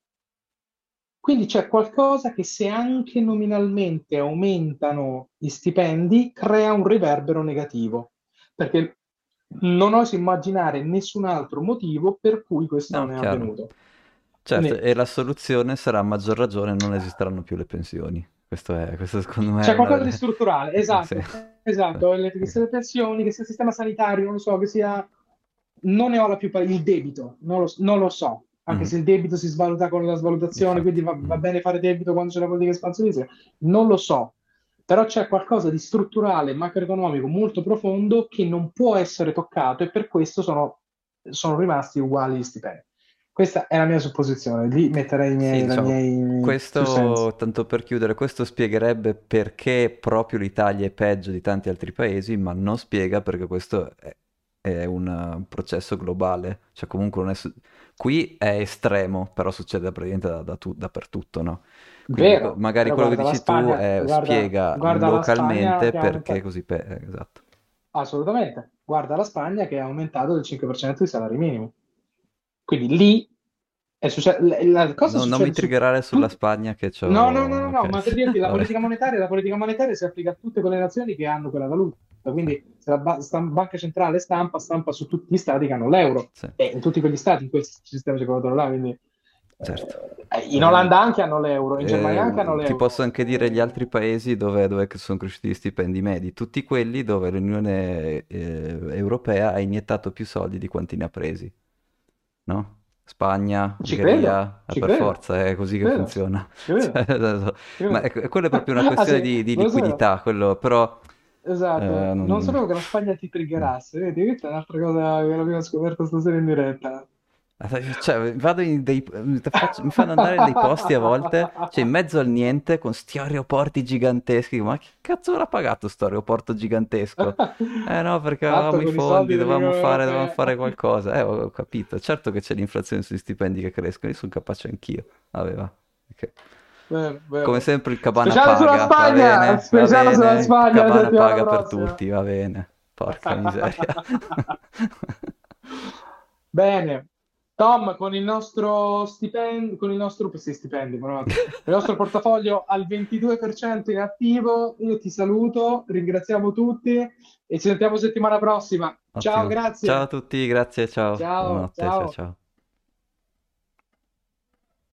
Speaker 2: Quindi c'è qualcosa che se anche nominalmente aumentano gli stipendi, crea un riverbero negativo, perché non oso immaginare nessun altro motivo per cui questo
Speaker 1: No,
Speaker 2: non è
Speaker 1: chiaro.
Speaker 2: avvenuto.
Speaker 1: Certo,
Speaker 2: Quindi
Speaker 1: e la soluzione sarà a maggior ragione non esisteranno più le pensioni. Questo è, questo secondo me è
Speaker 2: c'è
Speaker 1: una
Speaker 2: qualcosa di
Speaker 1: delle...
Speaker 2: strutturale,
Speaker 1: Sì.
Speaker 2: esatto, esatto, le- che sia le pensioni, che sia il sistema sanitario, non lo so, che sia... Non ne ho la più pari- il debito, non lo, non lo so, anche
Speaker 1: Mhm.
Speaker 2: se il debito si svaluta con la svalutazione, quindi
Speaker 1: Infatti.
Speaker 2: va, va
Speaker 1: Mhm.
Speaker 2: bene fare debito quando c'è la politica espansionistica, non lo so, però c'è qualcosa di strutturale, macroeconomico molto profondo che non può essere toccato e per questo sono, sono rimasti uguali gli stipendi. Questa è la mia supposizione, lì metterei i
Speaker 1: Sì,
Speaker 2: miei, i
Speaker 1: diciamo,
Speaker 2: miei two cents.
Speaker 1: questo, tanto per chiudere, questo spiegherebbe perché proprio l'Italia è peggio di tanti altri paesi, ma non spiega perché questo è, è un uh, processo globale. Cioè comunque non è su- qui è estremo, però succede praticamente da, da tu- dappertutto, no? Quindi co-
Speaker 2: Vero,
Speaker 1: magari
Speaker 2: però
Speaker 1: quello che
Speaker 2: guarda la
Speaker 1: dici tu
Speaker 2: Spagna,
Speaker 1: è,
Speaker 2: guarda,
Speaker 1: spiega
Speaker 2: guarda la Spagna
Speaker 1: localmente
Speaker 2: che ha
Speaker 1: perché
Speaker 2: aumentato,
Speaker 1: così... pe- eh, esatto.
Speaker 2: assolutamente, guarda la Spagna che ha aumentato del cinque per cento i salari minimi. Quindi lì è succe- la la cosa
Speaker 1: No- non mi
Speaker 2: succede su
Speaker 1: triggerare sulla
Speaker 2: tutti.
Speaker 1: Spagna che
Speaker 2: No, no, no,
Speaker 1: c'ho...
Speaker 2: no, no,
Speaker 1: Ok,
Speaker 2: ma per dirti la
Speaker 1: vabbè.
Speaker 2: politica monetaria, la politica monetaria si applica a tutte quelle nazioni che hanno quella valuta.
Speaker 1: Sì,
Speaker 2: Quindi se la ba- stam- banca centrale stampa, stampa su tutti gli stati che hanno l'euro
Speaker 1: sì,
Speaker 2: e in tutti quegli stati in quel sistema circolatore là. Quindi
Speaker 1: certo.
Speaker 2: eh, in
Speaker 1: Eh,
Speaker 2: Olanda anche hanno l'euro, in Germania anche hanno
Speaker 1: eh, ti posso
Speaker 2: l'euro.
Speaker 1: anche dire gli altri paesi dove, dove che sono cresciuti gli stipendi medi, tutti quelli dove l'Unione eh, Europea ha iniettato più soldi di quanti ne ha presi, no? Spagna,
Speaker 2: Ci credo,
Speaker 1: Ungheria, eh,
Speaker 2: ci
Speaker 1: per
Speaker 2: credo,
Speaker 1: forza, è
Speaker 2: ci
Speaker 1: così che
Speaker 2: credo,
Speaker 1: funziona.
Speaker 2: ci credo,
Speaker 1: Cioè, adesso-
Speaker 2: ci
Speaker 1: ma
Speaker 2: credo.
Speaker 1: è, quello è proprio una
Speaker 2: Ah
Speaker 1: questione
Speaker 2: sì,
Speaker 1: di, di
Speaker 2: non lo sapevo.
Speaker 1: liquidità, quello, però... eh,
Speaker 2: Esatto, non
Speaker 1: non-
Speaker 2: sapevo che la Spagna ti
Speaker 1: mm.
Speaker 2: triggerasse. Vedi, questa è un'altra cosa che l'abbiamo scoperto stasera in diretta.
Speaker 1: Cioè, vado in dei, mi faccio- mi fanno andare in dei posti a volte, cioè in mezzo al niente, con sti aeroporti giganteschi. Ma che cazzo l'ha pagato sto aeroporto gigantesco? Eh no, perché
Speaker 2: Fatto
Speaker 1: avevamo i
Speaker 2: con i
Speaker 1: fondi,
Speaker 2: soldi
Speaker 1: dovevamo
Speaker 2: dell'Unione
Speaker 1: fare, dovevamo
Speaker 2: Europea.
Speaker 1: fare qualcosa. Eh, ho, ho capito. Certo che c'è l'inflazione sugli stipendi che crescono, io sono capace anch'io. Aveva. Ok.
Speaker 2: Vero,
Speaker 1: Come
Speaker 2: vero.
Speaker 1: sempre il Cabana
Speaker 2: Speciale sulla
Speaker 1: paga, va
Speaker 2: Spagna,
Speaker 1: bene, va
Speaker 2: speciale sulla
Speaker 1: bene, il
Speaker 2: Spagna la
Speaker 1: Cabana
Speaker 2: settimana
Speaker 1: paga per
Speaker 2: prossima.
Speaker 1: tutti, va bene. Porca miseria.
Speaker 2: Bene, Tom, con il nostro stipendio, con il nostro, sì, stipendio, buonanotte. Il nostro portafoglio al ventidue per cento in attivo, io ti saluto, ringraziamo tutti e ci sentiamo settimana prossima. Ciao,
Speaker 1: Ottimo. Ciao a
Speaker 2: grazie.
Speaker 1: tutti, grazie, ciao.
Speaker 2: Ciao,
Speaker 1: Buonanotte, ciao
Speaker 2: ciao.
Speaker 1: ciao.